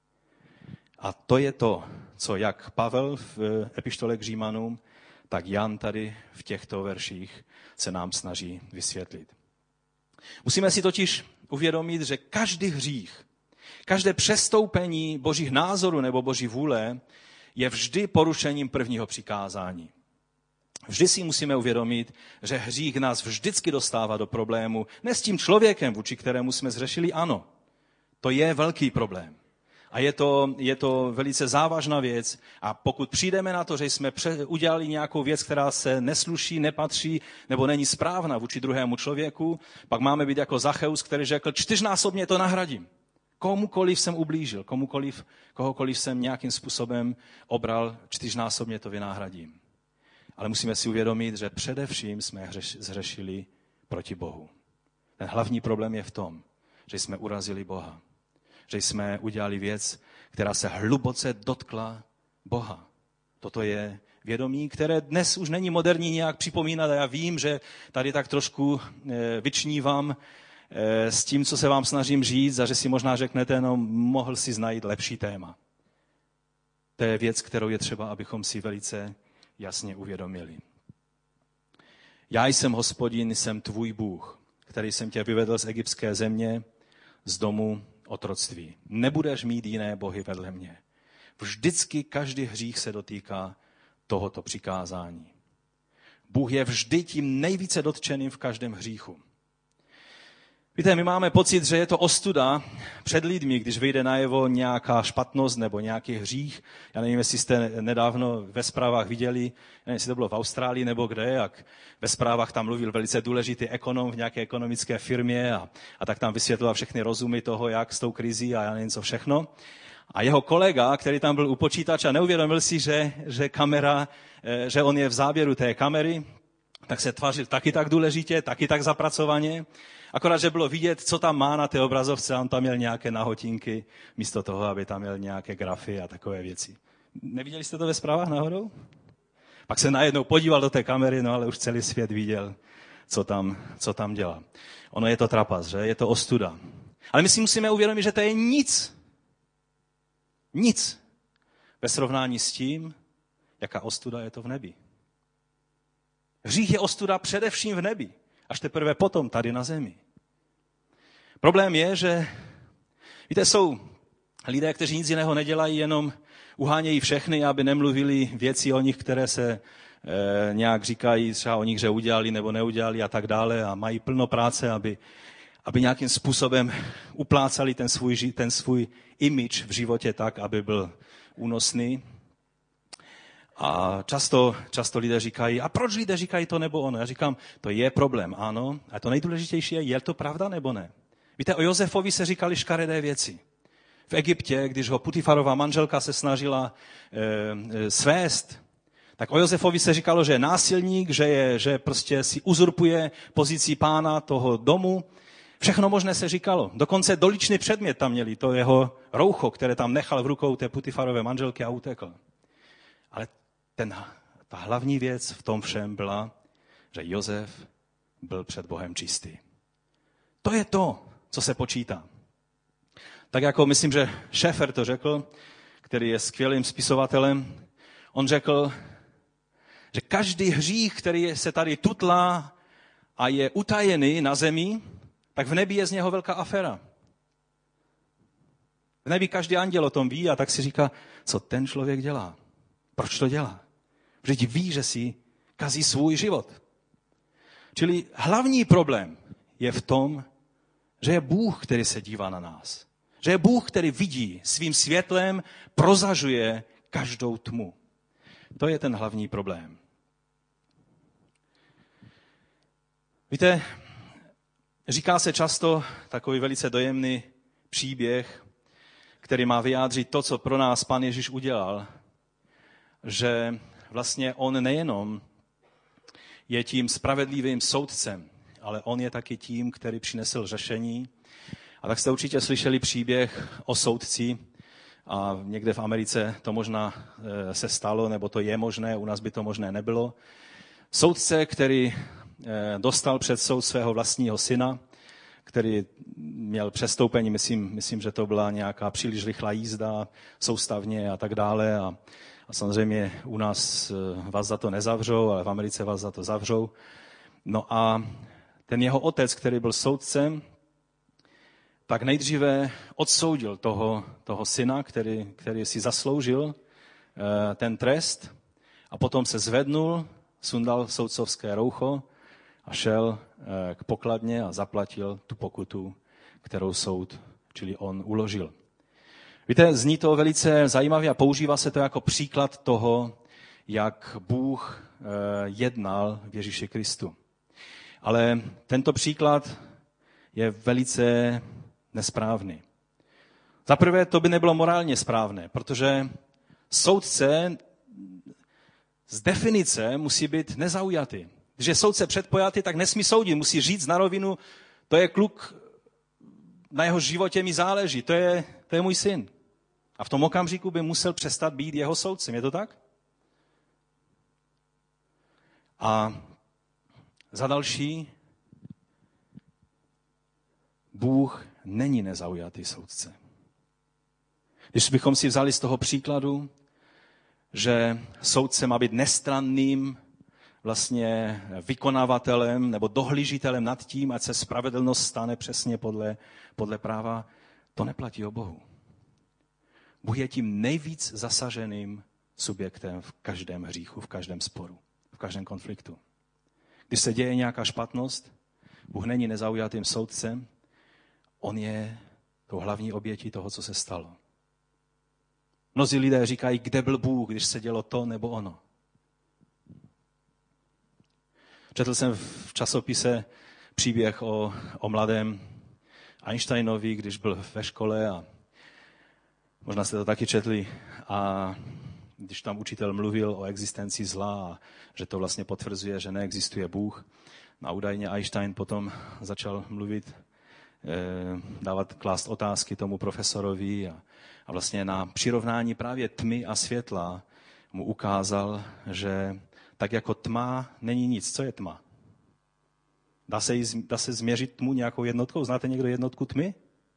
A to je to, co jak Pavel v epištole k Římanům, tak Jan tady v těchto verších se nám snaží vysvětlit. Musíme si totiž uvědomit, že každý hřích, každé přestoupení Božích názorů nebo Boží vůle je vždy porušením prvního přikázání. Vždy si musíme uvědomit, že hřích nás vždycky dostává do problému. Ne s tím člověkem, vůči kterému jsme zřešili, ano. To je velký problém. A je to, je to velice závažná věc. A pokud přijdeme na to, že jsme udělali nějakou věc, která se nesluší, nepatří nebo není správná vůči druhému člověku, pak máme být jako Zacheus, který řekl, čtyřnásobně to nahradím. Komukoliv jsem ublížil, komukoliv, kohokoliv jsem nějakým způsobem obral, čtyřnásobně to vynahradím. Ale musíme si uvědomit, že především jsme zhřešili proti Bohu. Ten hlavní problém je v tom, že jsme urazili Boha. Že jsme udělali věc, která se hluboce dotkla Boha. Toto je vědomí, které dnes už není moderní nějak připomínat a já vím, že tady tak trošku vyčnívám s tím, co se vám snažím říct a že si možná řeknete, no mohl si najít lepší téma. To je věc, kterou je třeba, abychom si velice jasně uvědomili. Já jsem Hospodin, jsem tvůj Bůh, který jsem tě vyvedl z egyptské země, z domu otroctví. Nebudeš mít jiné bohy vedle mě. Vždycky každý hřích se dotýká tohoto přikázání. Bůh je vždy tím nejvíce dotčeným v každém hříchu. Víte, my máme pocit, že je to ostuda před lidmi, když vyjde najevo nějaká špatnost nebo nějaký hřích. Já nevím, jestli jste nedávno ve zprávách viděli, nevím, jestli to bylo v Austrálii nebo kde, jak ve zprávách tam mluvil velice důležitý ekonom v nějaké ekonomické firmě a, a tak tam vysvětloval všechny rozumy toho, jak s tou krizí a já nevím co všechno. A jeho kolega, který tam byl u počítače a neuvědomil si, že, že kamera, že on je v záběru té kamery, tak se tvářil taky tak důležitě, taky tak zapracovaně. Akorát, že bylo vidět, co tam má na té obrazovce, a on tam měl nějaké nahotinky, místo toho, aby tam měl nějaké grafy a takové věci. Neviděli jste to ve zprávách náhodou? Pak se najednou podíval do té kamery, no ale už celý svět viděl, co tam, co tam dělá. Ono je to trapas, že? Je to ostuda. Ale my si musíme uvědomit, že to je nic. Nic. Ve srovnání s tím, jaká ostuda je to v nebi. Hřích je ostuda především v nebi, až teprve potom tady na zemi. Problém je, že víte, jsou lidé, kteří nic jiného nedělají, jenom uhánějí všechny, aby nemluvili věci o nich, které se e, nějak říkají, třeba o nich, že udělali nebo neudělali a tak dále, a mají plno práce, aby, aby nějakým způsobem uplácali ten svůj, ten svůj image v životě tak, aby byl únosný. A často, často lidé říkají, a proč lidé říkají to nebo ono? Já říkám, to je problém, ano. A to nejdůležitější je, je to pravda nebo ne? Víte, o Josefovi se říkali škaredé věci. V Egyptě, když ho Putifarova manželka se snažila e, e, svést, tak o Josefovi se říkalo, že je násilník, že, je, že prostě si uzurpuje pozici pána toho domu. Všechno možné se říkalo. Dokonce doličný předmět tam měli, to jeho roucho, které tam nechal v rukou té Putifarové manželky a utekl. Ale ten, ta hlavní věc v tom všem byla, že Josef byl před Bohem čistý. To je to, co se počítá. Tak jako myslím, že Schaeffer to řekl, který je skvělým spisovatelem, on řekl, že každý hřích, který se tady tutlá a je utajený na zemi, tak v nebi je z něho velká aféra. V nebi každý anděl o tom ví a tak si říká, co ten člověk dělá. Proč to dělá? Vždyť ví, že si kazí svůj život. Čili hlavní problém je v tom, že je Bůh, který se dívá na nás. Že je Bůh, který vidí svým světlem, prozažuje každou tmu. To je ten hlavní problém. Víte, říká se často takový velice dojemný příběh, který má vyjádřit to, co pro nás Pán Ježíš udělal, že vlastně on nejenom je tím spravedlivým soudcem, ale on je taky tím, který přinesl řešení. A tak jste určitě slyšeli příběh o soudci a někde v Americe to možná se stalo, nebo to je možné, u nás by to možné nebylo. Soudce, který dostal před soud svého vlastního syna, který měl přestoupení, myslím, myslím, že to byla nějaká příliš rychlá jízda soustavně a tak dále. A, a samozřejmě u nás vás za to nezavřou, ale v Americe vás za to zavřou. No a ten jeho otec, který byl soudcem, tak nejdříve odsoudil toho, toho syna, který, který si zasloužil ten trest, a potom se zvednul, sundal soudcovské roucho a šel k pokladně a zaplatil tu pokutu, kterou soud, čili on, uložil. Víte, zní to velice zajímavě a používá se to jako příklad toho, jak Bůh jednal v Ježíši Kristu. Ale tento příklad je velice nesprávný. Za prvé, to by nebylo morálně správné, protože soudce z definice musí být nezaujatý. Když je soudce předpojatý, tak nesmí soudit, musí říct na rovinu, to je kluk, na jeho životě mi záleží, to je, to je můj syn. A v tom okamžiku by musel přestat být jeho soudcem, je to tak? A za další, Bůh není nezaujatý soudce. Když bychom si vzali z toho příkladu, že soudce má být nestranným vlastně vykonavatelem nebo dohlížitelem nad tím, ať se spravedlnost stane přesně podle, podle práva, to neplatí o Bohu. Bůh je tím nejvíc zasaženým subjektem v každém hříchu, v každém sporu, v každém konfliktu. Když se děje nějaká špatnost, Bůh není nezaujatým soudcem, on je tou hlavní obětí toho, co se stalo. Mnozí lidé říkají, kde byl Bůh, když se dělo to nebo ono. Četl jsem v časopise příběh o, o mladém Einsteinovi, když byl ve škole a Možná jste to taky četli, a když tam učitel mluvil o existenci zla a že to vlastně potvrzuje, že neexistuje Bůh. A údajně Einstein potom začal mluvit, dávat, klást otázky tomu profesorovi a, a vlastně na přirovnání právě tmy a světla mu ukázal, že tak jako tma není nic. Co je tma? Dá se, dá se změřit tmu nějakou jednotkou? Znáte někdo jednotku tmy?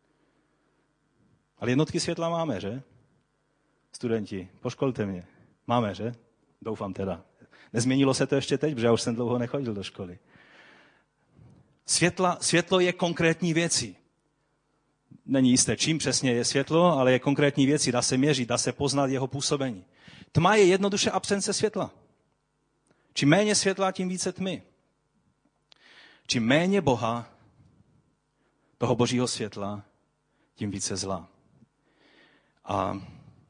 Ale jednotky světla máme, že? Studenti, poškolte mě. Máme, že? Doufám teda. Nezměnilo se to ještě teď, protože já už jsem dlouho nechodil do školy. Světla, světlo je konkrétní věci. Není jisté, čím přesně je světlo, ale je konkrétní věci. Dá se měřit, dá se poznat jeho působení. Tma je jednoduše absence světla. Čím méně světla, tím více tmy. Čím méně Boha, toho božího světla, tím více zla. A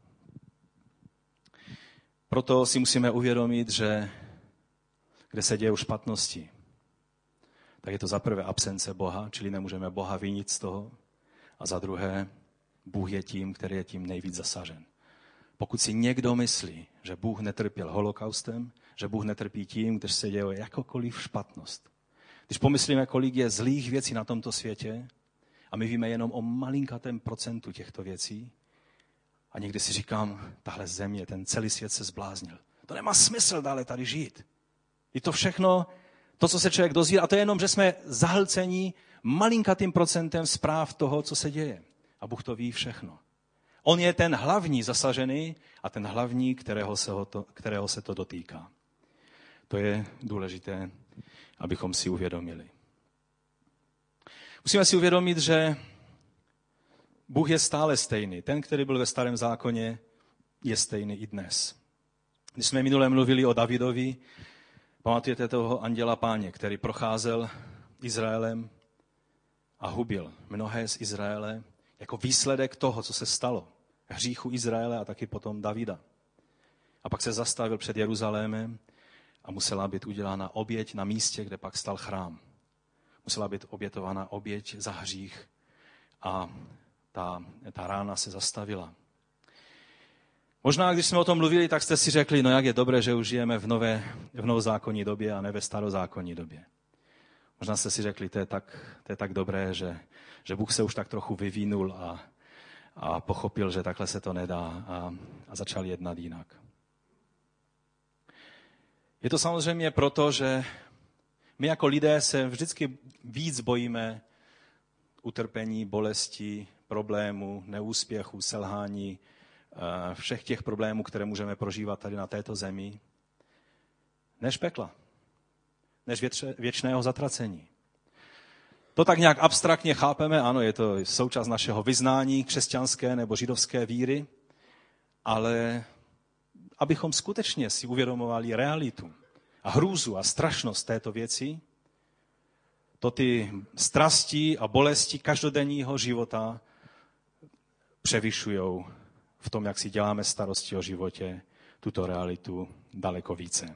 proto si musíme uvědomit, že kde se dějou špatnosti, tak je to za prvé absence Boha, čili nemůžeme Boha vinit z toho. A za druhé, Bůh je tím, který je tím nejvíc zasažen. Pokud si někdo myslí, že Bůh netrpěl holokaustem, že Bůh netrpí tím, když se děje jakokoliv špatnost. Když pomyslíme, kolik je zlých věcí na tomto světě, a my víme jenom o malinkatém procentu těchto věcí, a někdy si říkám, tahle země, ten celý svět se zbláznil. To nemá smysl dále tady žít. Je to všechno, to, co se člověk dozví, a to je jenom, že jsme zahlcení malinkatým procentem zpráv toho, co se děje. A Bůh to ví všechno. On je ten hlavní zasažený a ten hlavní, kterého se, ho to, kterého se to dotýká. To je důležité, abychom si uvědomili. Musíme si uvědomit, že Bůh je stále stejný. Ten, který byl ve Starém zákoně, je stejný i dnes. Když jsme minule mluvili o Davidovi, pamatujete toho anděla Páně, který procházel Izraelem a hubil mnohé z Izraele jako výsledek toho, co se stalo. Hříchu Izraele a taky potom Davida. A pak se zastavil před Jeruzalémem a musela být udělána oběť na místě, kde pak stal chrám. Musela být obětována oběť za hřích a ta, ta rána se zastavila. Možná, když jsme o tom mluvili, tak jste si řekli, no jak je dobré, že už žijeme v nové, v novozákonní době a ne ve starozákonní době. Možná jste si řekli, to je tak, to je tak dobré, že, že Bůh se už tak trochu vyvinul a, a pochopil, že takhle se to nedá a, a začal jednat jinak. Je to samozřejmě proto, že my jako lidé se vždycky víc bojíme utrpení, bolesti, problémů, neúspěchů, selhání, všech těch problémů, které můžeme prožívat tady na této zemi, než pekla, než větře, věčného zatracení. To tak nějak abstraktně chápeme, ano, je to součást našeho vyznání křesťanské nebo židovské víry, ale abychom skutečně si uvědomovali realitu a hrůzu a strašnost této věci, to ty strasti a bolesti každodenního života převyšujou v tom, jak si děláme starosti o životě, tuto realitu daleko více.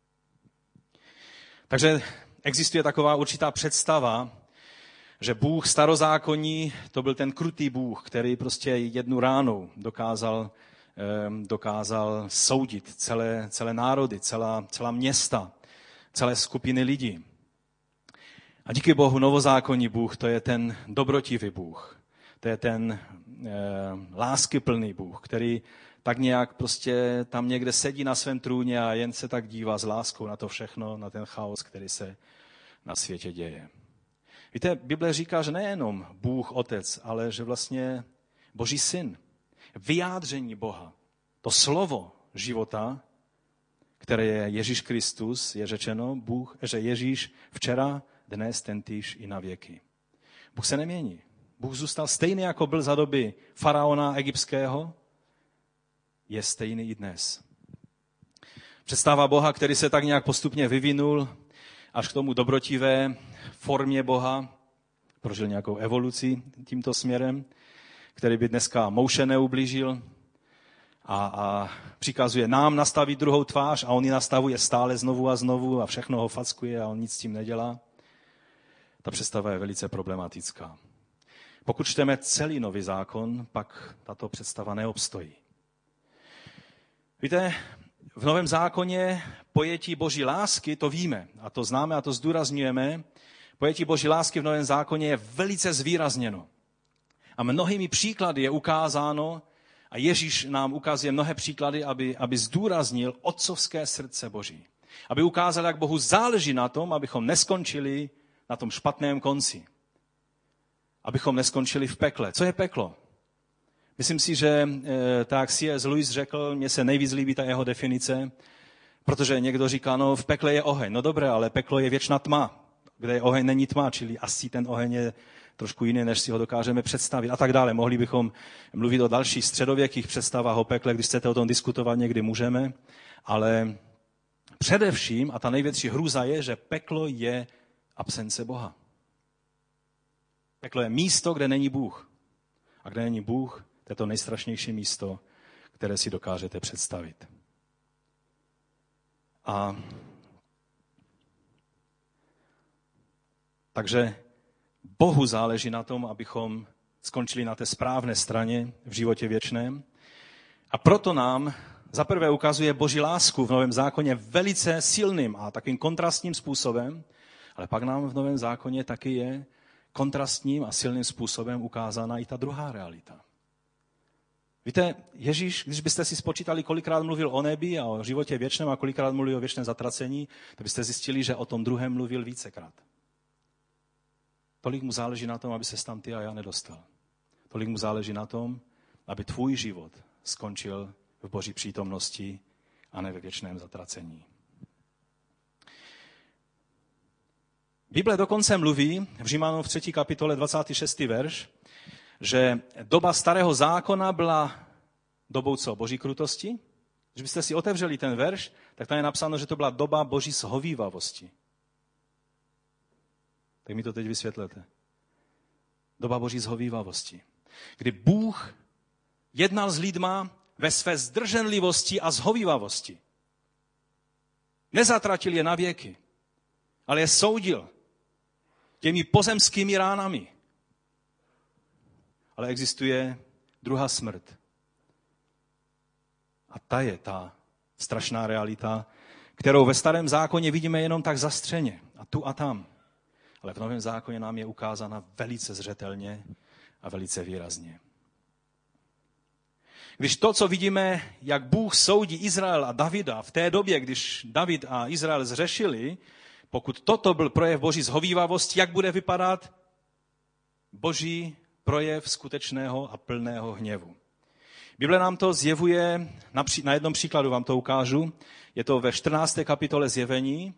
Takže existuje taková určitá představa, že Bůh starozákonní, to byl ten krutý Bůh, který prostě jednu ránou dokázal, dokázal soudit celé, celé národy, celá, celá města, celé skupiny lidí. A díky Bohu novozákonní Bůh, to je ten dobrotivý Bůh. To je ten e, láskyplný Bůh, který tak nějak prostě tam někde sedí na svém trůně a jen se tak dívá s láskou na to všechno, na ten chaos, který se na světě děje. Víte, Bible říká, že nejenom Bůh Otec, ale že vlastně Boží Syn, vyjádření Boha, to slovo života, které je Ježíš Kristus, je řečeno, Bůh, že Ježíš včera, dnes, tentýž i na věky. Bůh se nemění. Bůh zůstal stejný, jako byl za doby faraona egyptského, je stejný i dnes. Představa Boha, který se tak nějak postupně vyvinul až k tomu dobrotivé formě Boha, prožil nějakou evoluci tímto směrem, který by dneska Mouše neublížil a, a přikazuje nám nastavit druhou tvář a on ji nastavuje stále znovu a znovu a všechno ho fackuje a on nic s tím nedělá. Ta představa je velice problematická. Pokud čteme celý Nový zákon, pak tato představa neobstojí. Víte, v Novém zákoně pojetí Boží lásky, to víme a to známe a to zdůrazňujeme, pojetí Boží lásky v Novém zákoně je velice zvýrazněno. A mnohými příklady je ukázáno, a Ježíš nám ukazuje mnohé příklady, aby, aby zdůraznil otcovské srdce Boží. Aby ukázal, jak Bohu záleží na tom, abychom neskončili na tom špatném konci. Abychom neskončili v pekle. Co je peklo? Myslím si, že tak C S Lewis řekl, mně se nejvíc líbí ta jeho definice, protože někdo říká, no v pekle je oheň. No dobré, ale peklo je věčná tma. Kde je oheň, není tma, čili asi ten oheň je trošku jiný, než si ho dokážeme představit a tak dále. Mohli bychom mluvit o dalších středověkých představách o pekle, když chcete o tom diskutovat, někdy můžeme, ale především, a ta největší hrůza je, že peklo je absence Boha. Peklo je místo, kde není Bůh. A kde není Bůh, to je to nejstrašnější místo, které si dokážete představit. A takže Bohu záleží na tom, abychom skončili na té správné straně v životě věčném. A proto nám zaprvé ukazuje Boží lásku v Novém zákoně velice silným a takovým kontrastním způsobem, ale pak nám v Novém zákoně taky je kontrastním a silným způsobem ukázána i ta druhá realita. Víte, Ježíš, když byste si spočítali, kolikrát mluvil o nebi a o životě věčném a kolikrát mluvil o věčném zatracení, to byste zjistili, že o tom druhém mluvil vícekrát. Tolik mu záleží na tom, aby se tam ty a já nedostal. Tolik mu záleží na tom, aby tvůj život skončil v Boží přítomnosti a ne ve věčném zatracení. Bible dokonce mluví v Římanům v třetí kapitole dvacátý šestý verš, že doba starého zákona byla dobou co? Boží krutosti? Když byste si otevřeli ten verš, tak tam je napsáno, že to byla doba Boží shovívavosti. Tak mi to teď vysvětlete. Doba Boží zhovívavosti. Kdy Bůh jednal s lidma ve své zdrženlivosti a zhovívavosti. Nezatratil je na věky, ale je soudil těmi pozemskými ránami. Ale existuje druhá smrt. A ta je ta strašná realita, kterou ve Starém zákoně vidíme jenom tak zastřeně. A tu a tam. Ale v Novém zákoně nám je ukázána velice zřetelně a velice výrazně. Když to, co vidíme, jak Bůh soudí Izrael a Davida v té době, když David a Izrael zřešili, pokud toto byl projev Boží zhovívavosti, jak bude vypadat Boží projev skutečného a plného hněvu. Bible nám to zjevuje, na jednom příkladu vám to ukážu, je to ve čtrnácté kapitole Zjevení.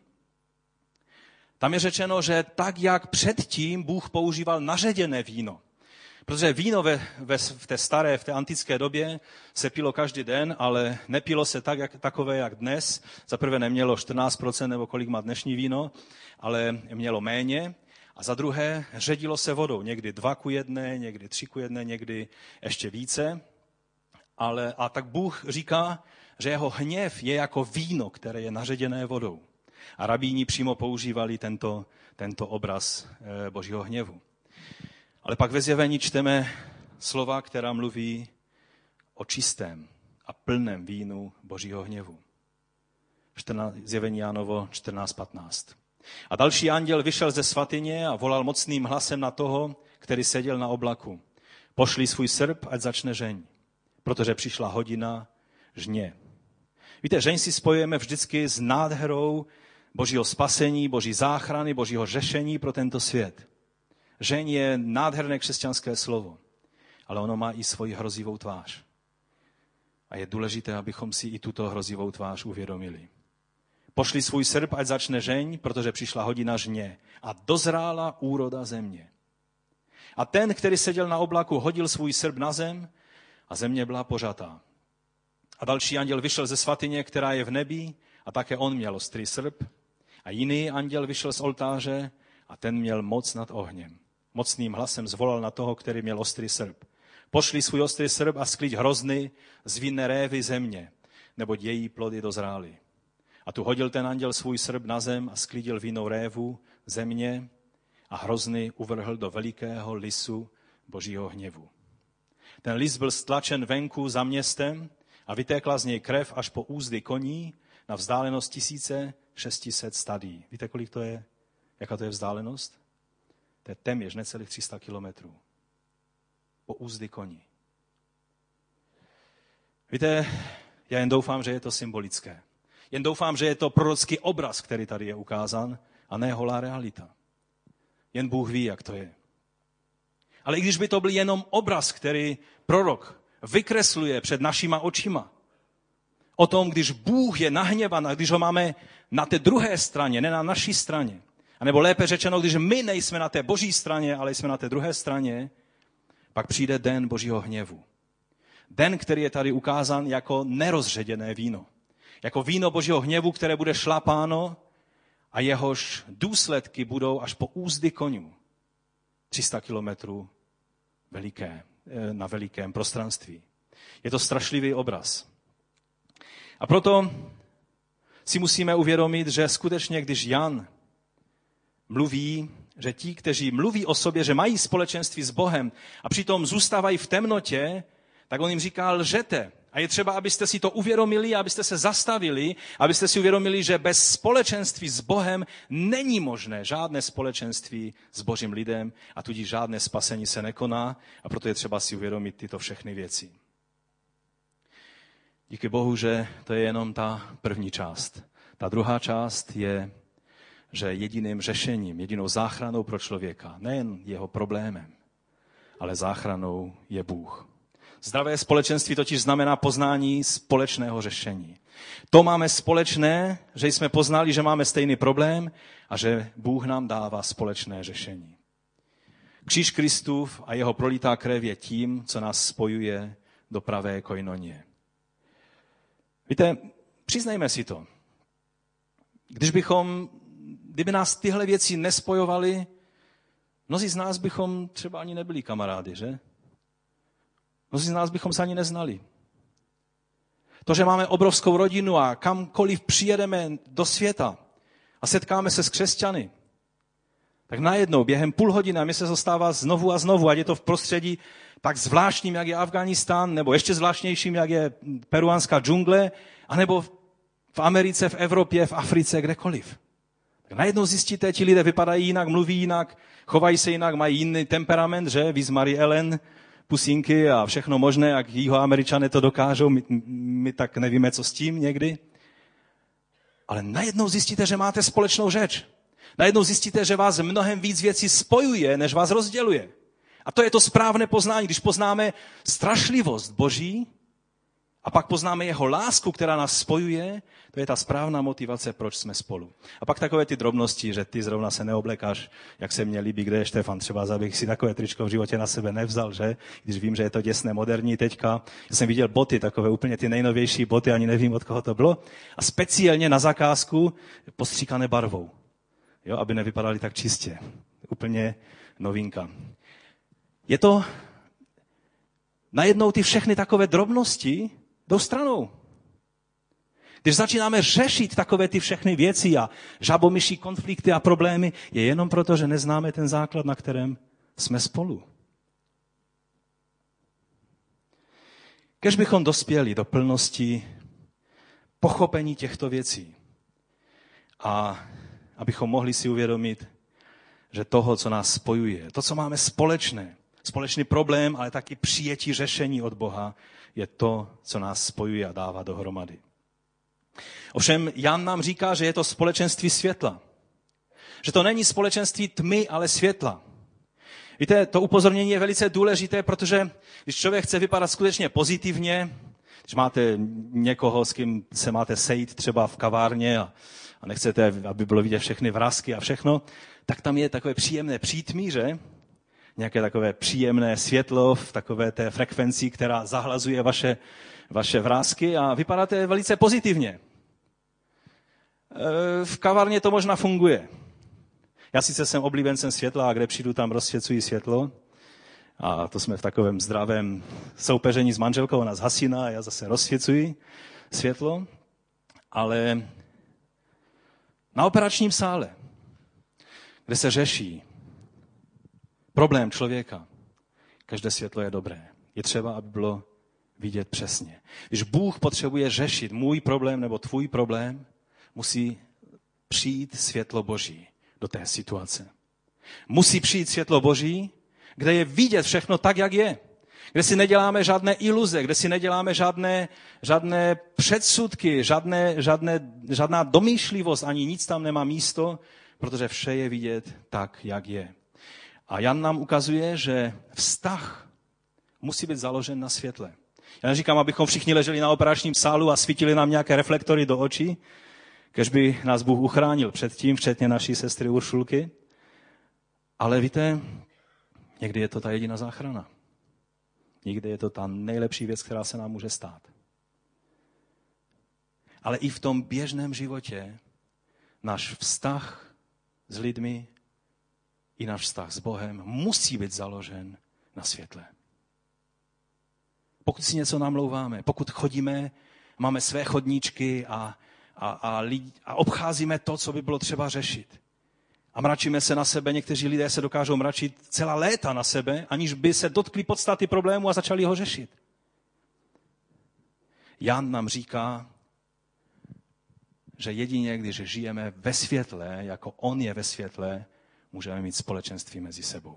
Tam je řečeno, že tak, jak předtím Bůh používal naředěné víno, protože víno ve, ve, v té staré, v té antické době se pilo každý den, ale nepilo se tak, jak, takové, jak dnes. Za prvé nemělo čtrnáct procent nebo kolik má dnešní víno, ale mělo méně. A za druhé ředilo se vodou, někdy dva ku jedné, někdy tři ku jedné, někdy ještě více. Ale, a tak Bůh říká, že jeho hněv je jako víno, které je naředěné vodou. A rabíni přímo používali tento, tento obraz e, Božího hněvu. Ale pak ve Zjevení čteme slova, která mluví o čistém a plném vínu Božího hněvu. Zjevení Jánovo čtrnáct patnáct. A další anděl vyšel ze svatyně a volal mocným hlasem na toho, který seděl na oblaku. Pošli svůj srp, ať začne žeň, protože přišla hodina žně. Víte, žeň si spojujeme vždycky s nádherou Božího spasení, Boží záchrany, Božího řešení pro tento svět. Žeň je nádherné křesťanské slovo, ale ono má i svoji hrozivou tvář. A je důležité, abychom si i tuto hrozivou tvář uvědomili. Pošli svůj srp, ať začne žeň, protože přišla hodina žně a dozrála úroda země. A ten, který seděl na oblaku, hodil svůj srp na zem a země byla požatá. A další anděl vyšel ze svatyně, která je v nebi, a také on měl ostrý srp. A jiný anděl vyšel z oltáře a ten měl moc nad ohněm. Mocným hlasem zvolal na toho, který měl ostrý srp. Pošli svůj ostrý srp a skliď hrozny z vinné révy země, neboť její plody dozrály. A tu hodil ten anděl svůj srp na zem a sklidil vinnou révu země a hrozny uvrhl do velikého lisu Božího hněvu. Ten list byl stlačen venku za městem a vytékla z něj krev až po úzdy koní na vzdálenost tisíc šest set stadií. Víte, kolik to je? Jaká to je vzdálenost? To je téměř necelých tři sta kilometrů. Po úzdy koní. Víte, já jen doufám, že je to symbolické. Jen doufám, že je to prorocký obraz, který tady je ukázán, a ne holá realita. Jen Bůh ví, jak to je. Ale i když by to byl jenom obraz, který prorok vykresluje před našima očima, o tom, když Bůh je nahněvan a když ho máme na té druhé straně, ne na naší straně, a nebo lépe řečeno, když my nejsme na té boží straně, ale jsme na té druhé straně, pak přijde den Božího hněvu. Den, který je tady ukázán jako nerozředěné víno. Jako víno Božího hněvu, které bude šlapáno a jehož důsledky budou až po úzdy koňů. tři sta kilometrů veliké, na velikém prostranství. Je to strašlivý obraz. A proto si musíme uvědomit, že skutečně, když Jan mluví, že ti, kteří mluví o sobě, že mají společenství s Bohem a přitom zůstávají v temnotě, tak on jim říká, lžete. A je třeba, abyste si to uvědomili, abyste se zastavili, abyste si uvědomili, že bez společenství s Bohem není možné žádné společenství s Božím lidem a tudíž žádné spasení se nekoná a proto je třeba si uvědomit tyto všechny věci. Díky Bohu, že to je jenom ta první část. Ta druhá část je, že jediným řešením, jedinou záchranou pro člověka, nejen jeho problémem, ale záchranou je Bůh. Zdravé společenství totiž znamená poznání společného řešení. To máme společné, že jsme poznali, že máme stejný problém a že Bůh nám dává společné řešení. Kříž Kristův a jeho prolitá krev je tím, co nás spojuje do pravé koinonie. Víte, přiznejme si to. Když bychom, kdyby nás tyhle věci nespojovaly, mnozí z nás bychom třeba ani nebyli kamarády, že? Mnozí z nás bychom se ani neznali. To, že máme obrovskou rodinu a kamkoliv přijedeme do světa a setkáme se s křesťany, tak najednou během půl hodiny a mi se zastává znovu a znovu, ať je to v prostředí tak zvláštním, jak je Afghánistán, nebo ještě zvláštnějším, jak je peruánská džungle, anebo v Americe, v Evropě, v Africe, kdekoliv. Tak najednou zjistíte, ti lidé vypadají jinak, mluví jinak, chovají se jinak, mají jiný temperament, že? Víz Marie Ellen, pusinky a všechno možné, jak Jihoameričané to dokážou, my, my tak nevíme, co s tím někdy. Ale najednou zjistíte, že máte společnou řeč. Najednou zjistíte, že vás mnohem víc věcí spojuje, než vás rozděluje. A to je to správné poznání, když poznáme strašlivost Boží a pak poznáme jeho lásku, která nás spojuje, to je ta správná motivace, proč jsme spolu. A pak takové ty drobnosti, že ty zrovna se neoblekáš, jak se mně líbí, kde je Štefan, třeba abych si takové tričko v životě na sebe nevzal, že? Když vím, že je to děsné, moderní teďka. Já jsem viděl boty, takové úplně ty nejnovější boty, ani nevím, od koho to bylo. A speciálně na zakázku postříkané barvou, jo, aby nevypadaly tak čistě. Úplně novinka. Je to, najednou ty všechny takové drobnosti jdou stranou. Když začínáme řešit takové ty všechny věci a žabomyší konflikty a problémy, je jenom proto, že neznáme ten základ, na kterém jsme spolu. Kež bychom dospěli do plnosti pochopení těchto věcí a abychom mohli si uvědomit, že toho, co nás spojuje, to, co máme společné, společný problém, ale taky přijetí řešení od Boha, je to, co nás spojuje a dává dohromady. Ovšem Jan nám říká, že je to společenství světla. Že to není společenství tmy, ale světla. Víte, to upozornění je velice důležité, protože když člověk chce vypadat skutečně pozitivně, když máte někoho, s kým se máte sejít třeba v kavárně a, a nechcete, aby bylo vidět všechny vrásky a všechno, tak tam je takové příjemné přítmí, že? Nějaké takové příjemné světlo v takové té frekvenci, která zahlazuje vaše, vaše vrásky a vypadáte velice pozitivně. V kavárně to možná funguje. Já sice jsem oblíbencem světla a kde přijdu, tam rozsvěcují světlo. A to jsme v takovém zdravém soupeření s manželkou, ona zhasíná a já zase rozsvěcuji světlo. Ale na operačním sále, kde se řeší problém člověka, Každé světlo je dobré. Je třeba, aby bylo vidět přesně. Když Bůh potřebuje řešit můj problém nebo tvůj problém, musí přijít světlo Boží do té situace. Musí přijít světlo Boží, kde je vidět všechno tak, jak je. Kde si neděláme žádné iluze, kde si neděláme žádné, žádné předsudky, žádné, žádné, žádná domýšlivost, ani nic tam nemá místo, protože vše je vidět tak, jak je. A Jan nám ukazuje, že vztah musí být založen na světle. Já neříkám, abychom všichni leželi na operačním sálu a svítili nám nějaké reflektory do očí, kež by nás Bůh uchránil před tím, včetně naší sestry Uršulky. Ale víte, někdy je to ta jediná záchrana. Někdy je to ta nejlepší věc, která se nám může stát. Ale i v tom běžném životě náš vztah s lidmi i náš vztah s Bohem musí být založen na světle. Pokud si něco namlouváme, pokud chodíme, máme své chodníčky a, a, a, lidi, a obcházíme to, co by bylo třeba řešit. A mračíme se na sebe, někteří lidé se dokážou mračit celá léta na sebe, aniž by se dotkli podstaty problému a začali ho řešit. Jan nám říká, že jedině, když žijeme ve světle, jako on je ve světle, můžeme mít společenství mezi sebou.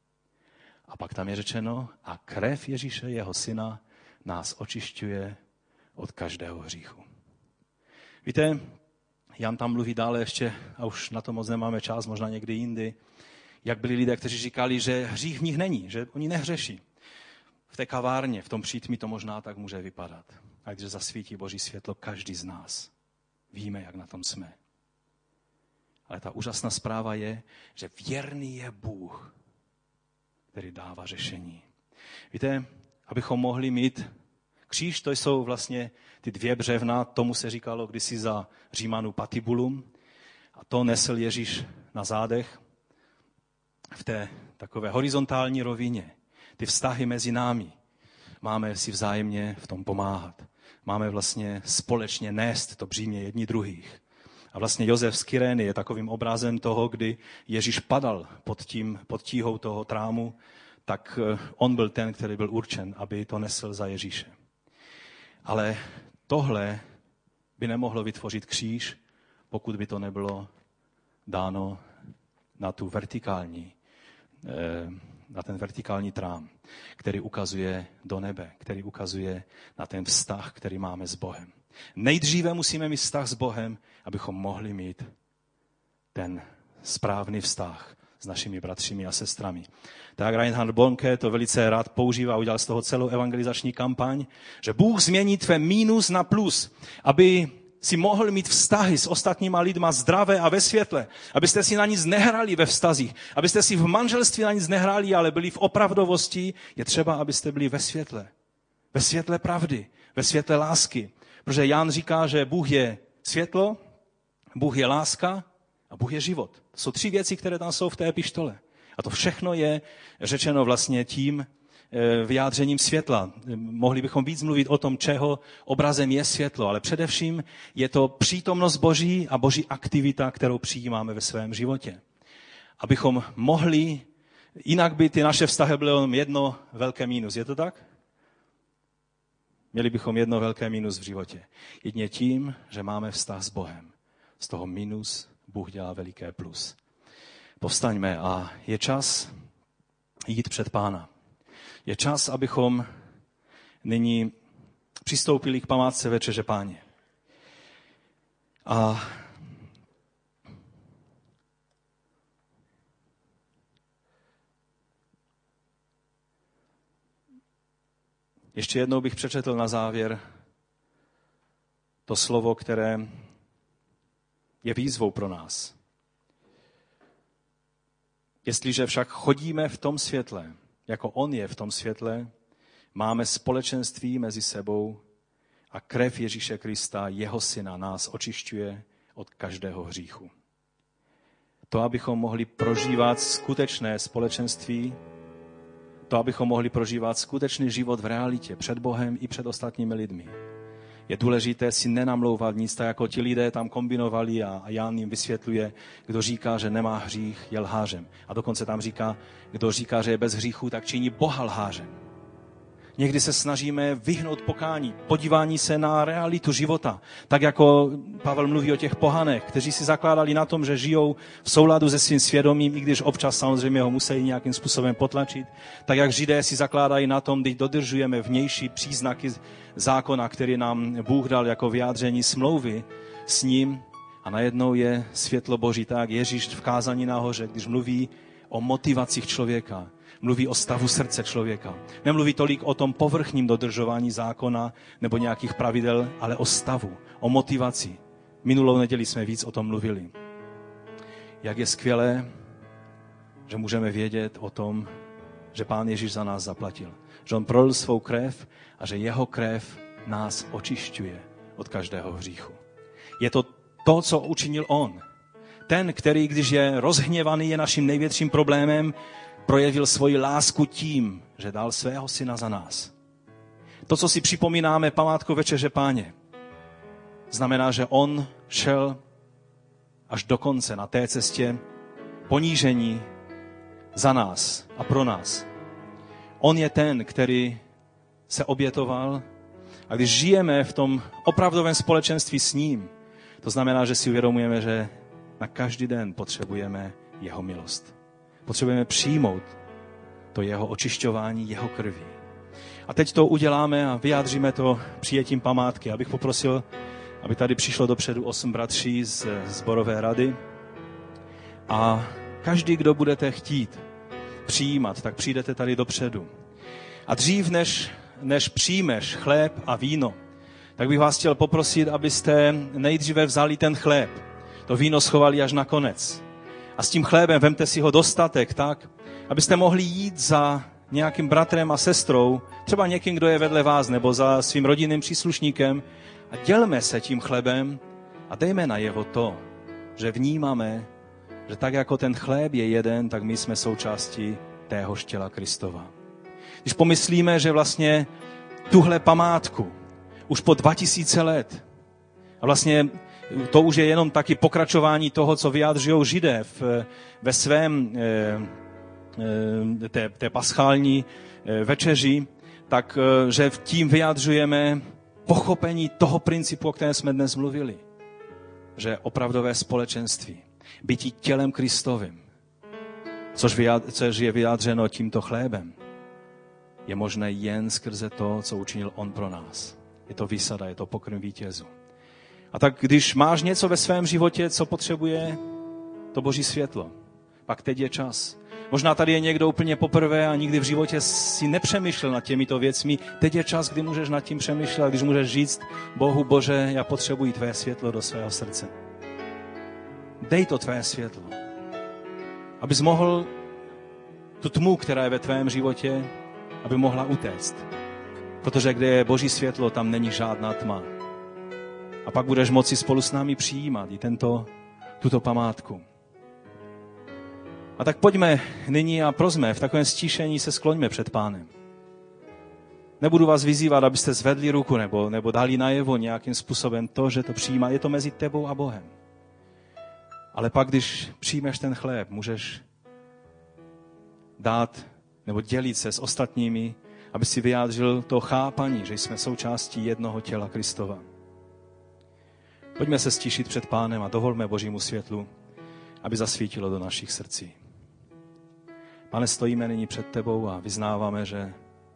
A pak tam je řečeno, a krev Ježíše, jeho syna, nás očišťuje od každého hříchu. Víte, Jan tam mluví dále ještě, a už na to moc nemáme čas, možná někdy jindy, jak byli lidé, kteří říkali, že hřích v nich není, že oni nehřeší. V té kavárně, v tom přítmí to možná tak může vypadat. A když zasvítí Boží světlo, každý z nás víme, jak na tom jsme. Ale ta úžasná zpráva je, že věrný je Bůh, který dává řešení. Víte, abychom mohli mít kříž, to jsou vlastně ty dvě břevna, tomu se říkalo kdysi za Římanů patibulum. A to nesl Ježíš na zádech v té takové horizontální rovině. Ty vztahy mezi námi. Máme si vzájemně v tom pomáhat. Máme vlastně společně nést to břímě jedni druhých. A vlastně Josef z Kyrény je takovým obrazem toho, kdy Ježíš padal pod, tím, pod tíhou toho trámu, tak on byl ten, který byl určen, aby to nesl za Ježíše. Ale tohle by nemohlo vytvořit kříž, pokud by to nebylo dáno na tu vertikální, na ten vertikální trám, který ukazuje do nebe, který ukazuje na ten vztah, který máme s Bohem. Nejdříve musíme mít vztah s Bohem, abychom mohli mít ten správný vztah s našimi bratřími a sestrami. Tak Reinhard Bonke to velice rád používá, udělal z toho celou evangelizační kampaň, že Bůh změní tvé mínus na plus, aby si mohl mít vztahy s ostatníma lidma zdravé a ve světle, abyste si na nic nehrali ve vztazích, abyste si v manželství na nic nehrali, ale byli v opravdovosti, je třeba, abyste byli ve světle. Ve světle pravdy, ve světle lásky. Protože Jan říká, že Bůh je světlo, Bůh je láska a Bůh je život. To jsou tři věci, které tam jsou v té epištole. A to všechno je řečeno vlastně tím vyjádřením světla. Mohli bychom víc mluvit o tom, čeho obrazem je světlo, ale především je to přítomnost Boží a Boží aktivita, kterou přijímáme ve svém životě. Abychom mohli, jinak by ty naše vztahy byly jenom jedno velké mínus. Je to tak? Měli bychom jedno velké mínus v životě. Jedině tím, že máme vztah s Bohem. Z toho mínus Bůh dělá veliké plus. Povstaňme a je čas jít před Pána. Je čas, abychom nyní přistoupili k památce Večeře Páně. A ještě jednou bych přečetl na závěr to slovo, které je výzvou pro nás. Jestliže však chodíme v tom světle, jako on je v tom světle, máme společenství mezi sebou a krev Ježíše Krista, jeho syna, nás očišťuje od každého hříchu. To, abychom mohli prožívat skutečné společenství, to, abychom mohli prožívat skutečný život v realitě, před Bohem i před ostatními lidmi, Je důležité si nenamlouvat nic, tak jako ti lidé tam kombinovali a Jan jim vysvětluje, kdo říká, že nemá hřích, je lhářem. A dokonce tam říká, kdo říká, že je bez hříchu, tak činí Boha lhářem. Někdy se snažíme vyhnout pokání, podívání se na realitu života. Tak jako Pavel mluví o těch pohanech, kteří si zakládali na tom, že žijou v souladu se svým svědomím, i když občas samozřejmě ho musí nějakým způsobem potlačit. Tak jak Židé si zakládají na tom, když dodržujeme vnější příznaky zákona, který nám Bůh dal jako vyjádření smlouvy s ním. A najednou je světlo Boží, tak Ježíš v kázání nahoře, když mluví o motivacích člověka, mluví o stavu srdce člověka. Nemluví tolik o tom povrchním dodržování zákona nebo nějakých pravidel, ale o stavu, o motivaci. Minulou neděli jsme víc o tom mluvili. Jak je skvělé, že můžeme vědět o tom, že Pán Ježíš za nás zaplatil. Že on prolil svou krev a že jeho krev nás očišťuje od každého hříchu. Je to to, co učinil on. Ten, který, když je rozhněvaný, je naším největším problémem, projevil svoji lásku tím, že dal svého syna za nás. To, co si připomínáme památku Večeře Páně, znamená, že on šel až do konce na té cestě ponížení za nás a pro nás. On je ten, který se obětoval a když žijeme v tom opravdovém společenství s ním, to znamená, že si uvědomujeme, že na každý den potřebujeme jeho milost. Potřebujeme přijmout to jeho očišťování, jeho krví. A teď to uděláme a vyjádříme to přijetím památky. Abych poprosil, aby tady přišlo dopředu osm bratří z sborové rady. A každý, kdo budete chtít přijímat, tak přijdete tady dopředu. A dřív, než, než přijmeš chléb a víno, tak bych vás chtěl poprosit, abyste nejdříve vzali ten chléb. To víno schovali až na konec. A s tím chlébem vemte si ho dostatek, tak, abyste mohli jít za nějakým bratrem a sestrou, třeba někým, kdo je vedle vás, nebo za svým rodinným příslušníkem a dělme se tím chlebem a dejme na jeho to, že vnímáme, že tak jako ten chléb je jeden, tak my jsme součástí téhož těla Kristova. Když pomyslíme, že vlastně tuhle památku už po dva tisíce let a vlastně to už je jenom taky pokračování toho, co vyjádřují Židé v, ve svém té, té paschální večeři, tak že v tím vyjádřujeme pochopení toho principu, o kterém jsme dnes mluvili. Že opravdové společenství, bytí tělem Kristovým, což, vyjádř, což je vyjádřeno tímto chlébem, je možné jen skrze to, co učinil on pro nás. Je to výsada, je to pokrm vítězů. A tak když máš něco ve svém životě, co potřebuje to Boží světlo, pak teď je čas. Možná tady je někdo úplně poprvé a nikdy v životě si nepřemýšlel nad těmito věcmi. Teď je čas, kdy můžeš nad tím přemýšlet, když můžeš říct Bohu, Bože, já potřebuji tvé světlo do svého srdce. Dej to tvé světlo, abys mohl tu tmu, která je ve tvém životě, aby mohla utéct. Protože kde je Boží světlo, tam není žádná tma. A pak budeš moci spolu s námi přijímat i tento, tuto památku. A tak pojďme nyní a prosme, v takovém stíšení se skloňme před Pánem. Nebudu vás vyzývat, abyste zvedli ruku nebo, nebo dali najevo nějakým způsobem to, že to přijímá. Je to mezi tebou a Bohem. Ale pak, když přijmeš ten chléb, můžeš dát nebo dělit se s ostatními, aby si vyjádřil to chápaní, že jsme součástí jednoho těla Kristova. Pojďme se stíšit před Pánem a dovolme Božímu světlu, aby zasvítilo do našich srdcí. Pane, stojíme nyní před tebou a vyznáváme, že,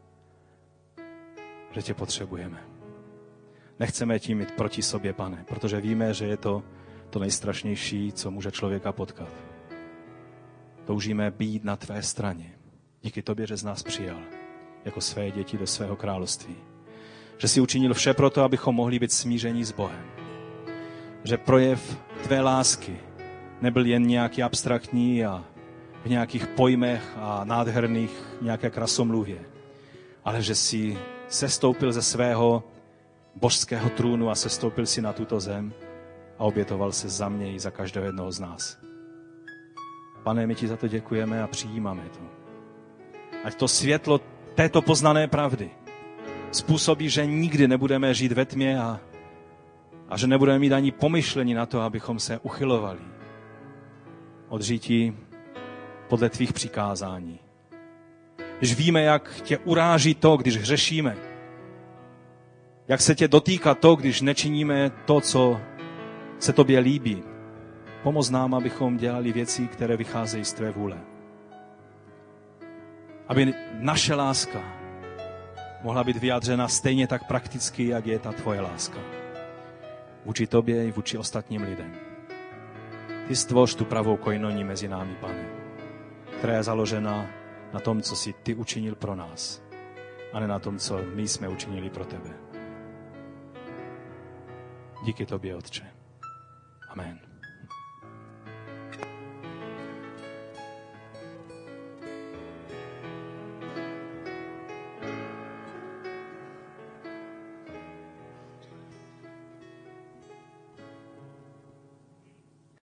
že tě potřebujeme. Nechceme tím jít proti sobě, Pane, protože víme, že je to to nejstrašnější, co může člověka potkat. Toužíme být na tvé straně. Díky tobě, že z nás přijal jako své děti do svého království. Že jsi učinil vše pro to, abychom mohli být smíření s Bohem. Že projev tvé lásky nebyl jen nějaký abstraktní a v nějakých pojmech a nádherných nějaké krasomluvě, ale že jsi sestoupil ze svého božského trůnu a sestoupil si na tuto zem a obětoval se za mě i za každého jednoho z nás. Pane, my ti za to děkujeme a přijímáme to. Ať to světlo této poznané pravdy způsobí, že nikdy nebudeme žít ve tmě a, a že nebudeme mít ani pomyšlení na to, abychom se uchylovali od žití podle tvých přikázání. Když víme, jak tě uráží to, když hřešíme, jak se tě dotýká to, když nečiníme to, co se tobě líbí. Pomoz nám, abychom dělali věci, které vycházejí z tvé vůle. Aby naše láska mohla být vyjádřena stejně tak prakticky, jak je ta tvoje láska. Vůči tobě i vůči ostatním lidem. Ty stvoř tu pravou koinoní mezi námi, Pane, která je založena na tom, co jsi ty učinil pro nás, a ne na tom, co my jsme učinili pro tebe. Díky tobě, Otče. Amen.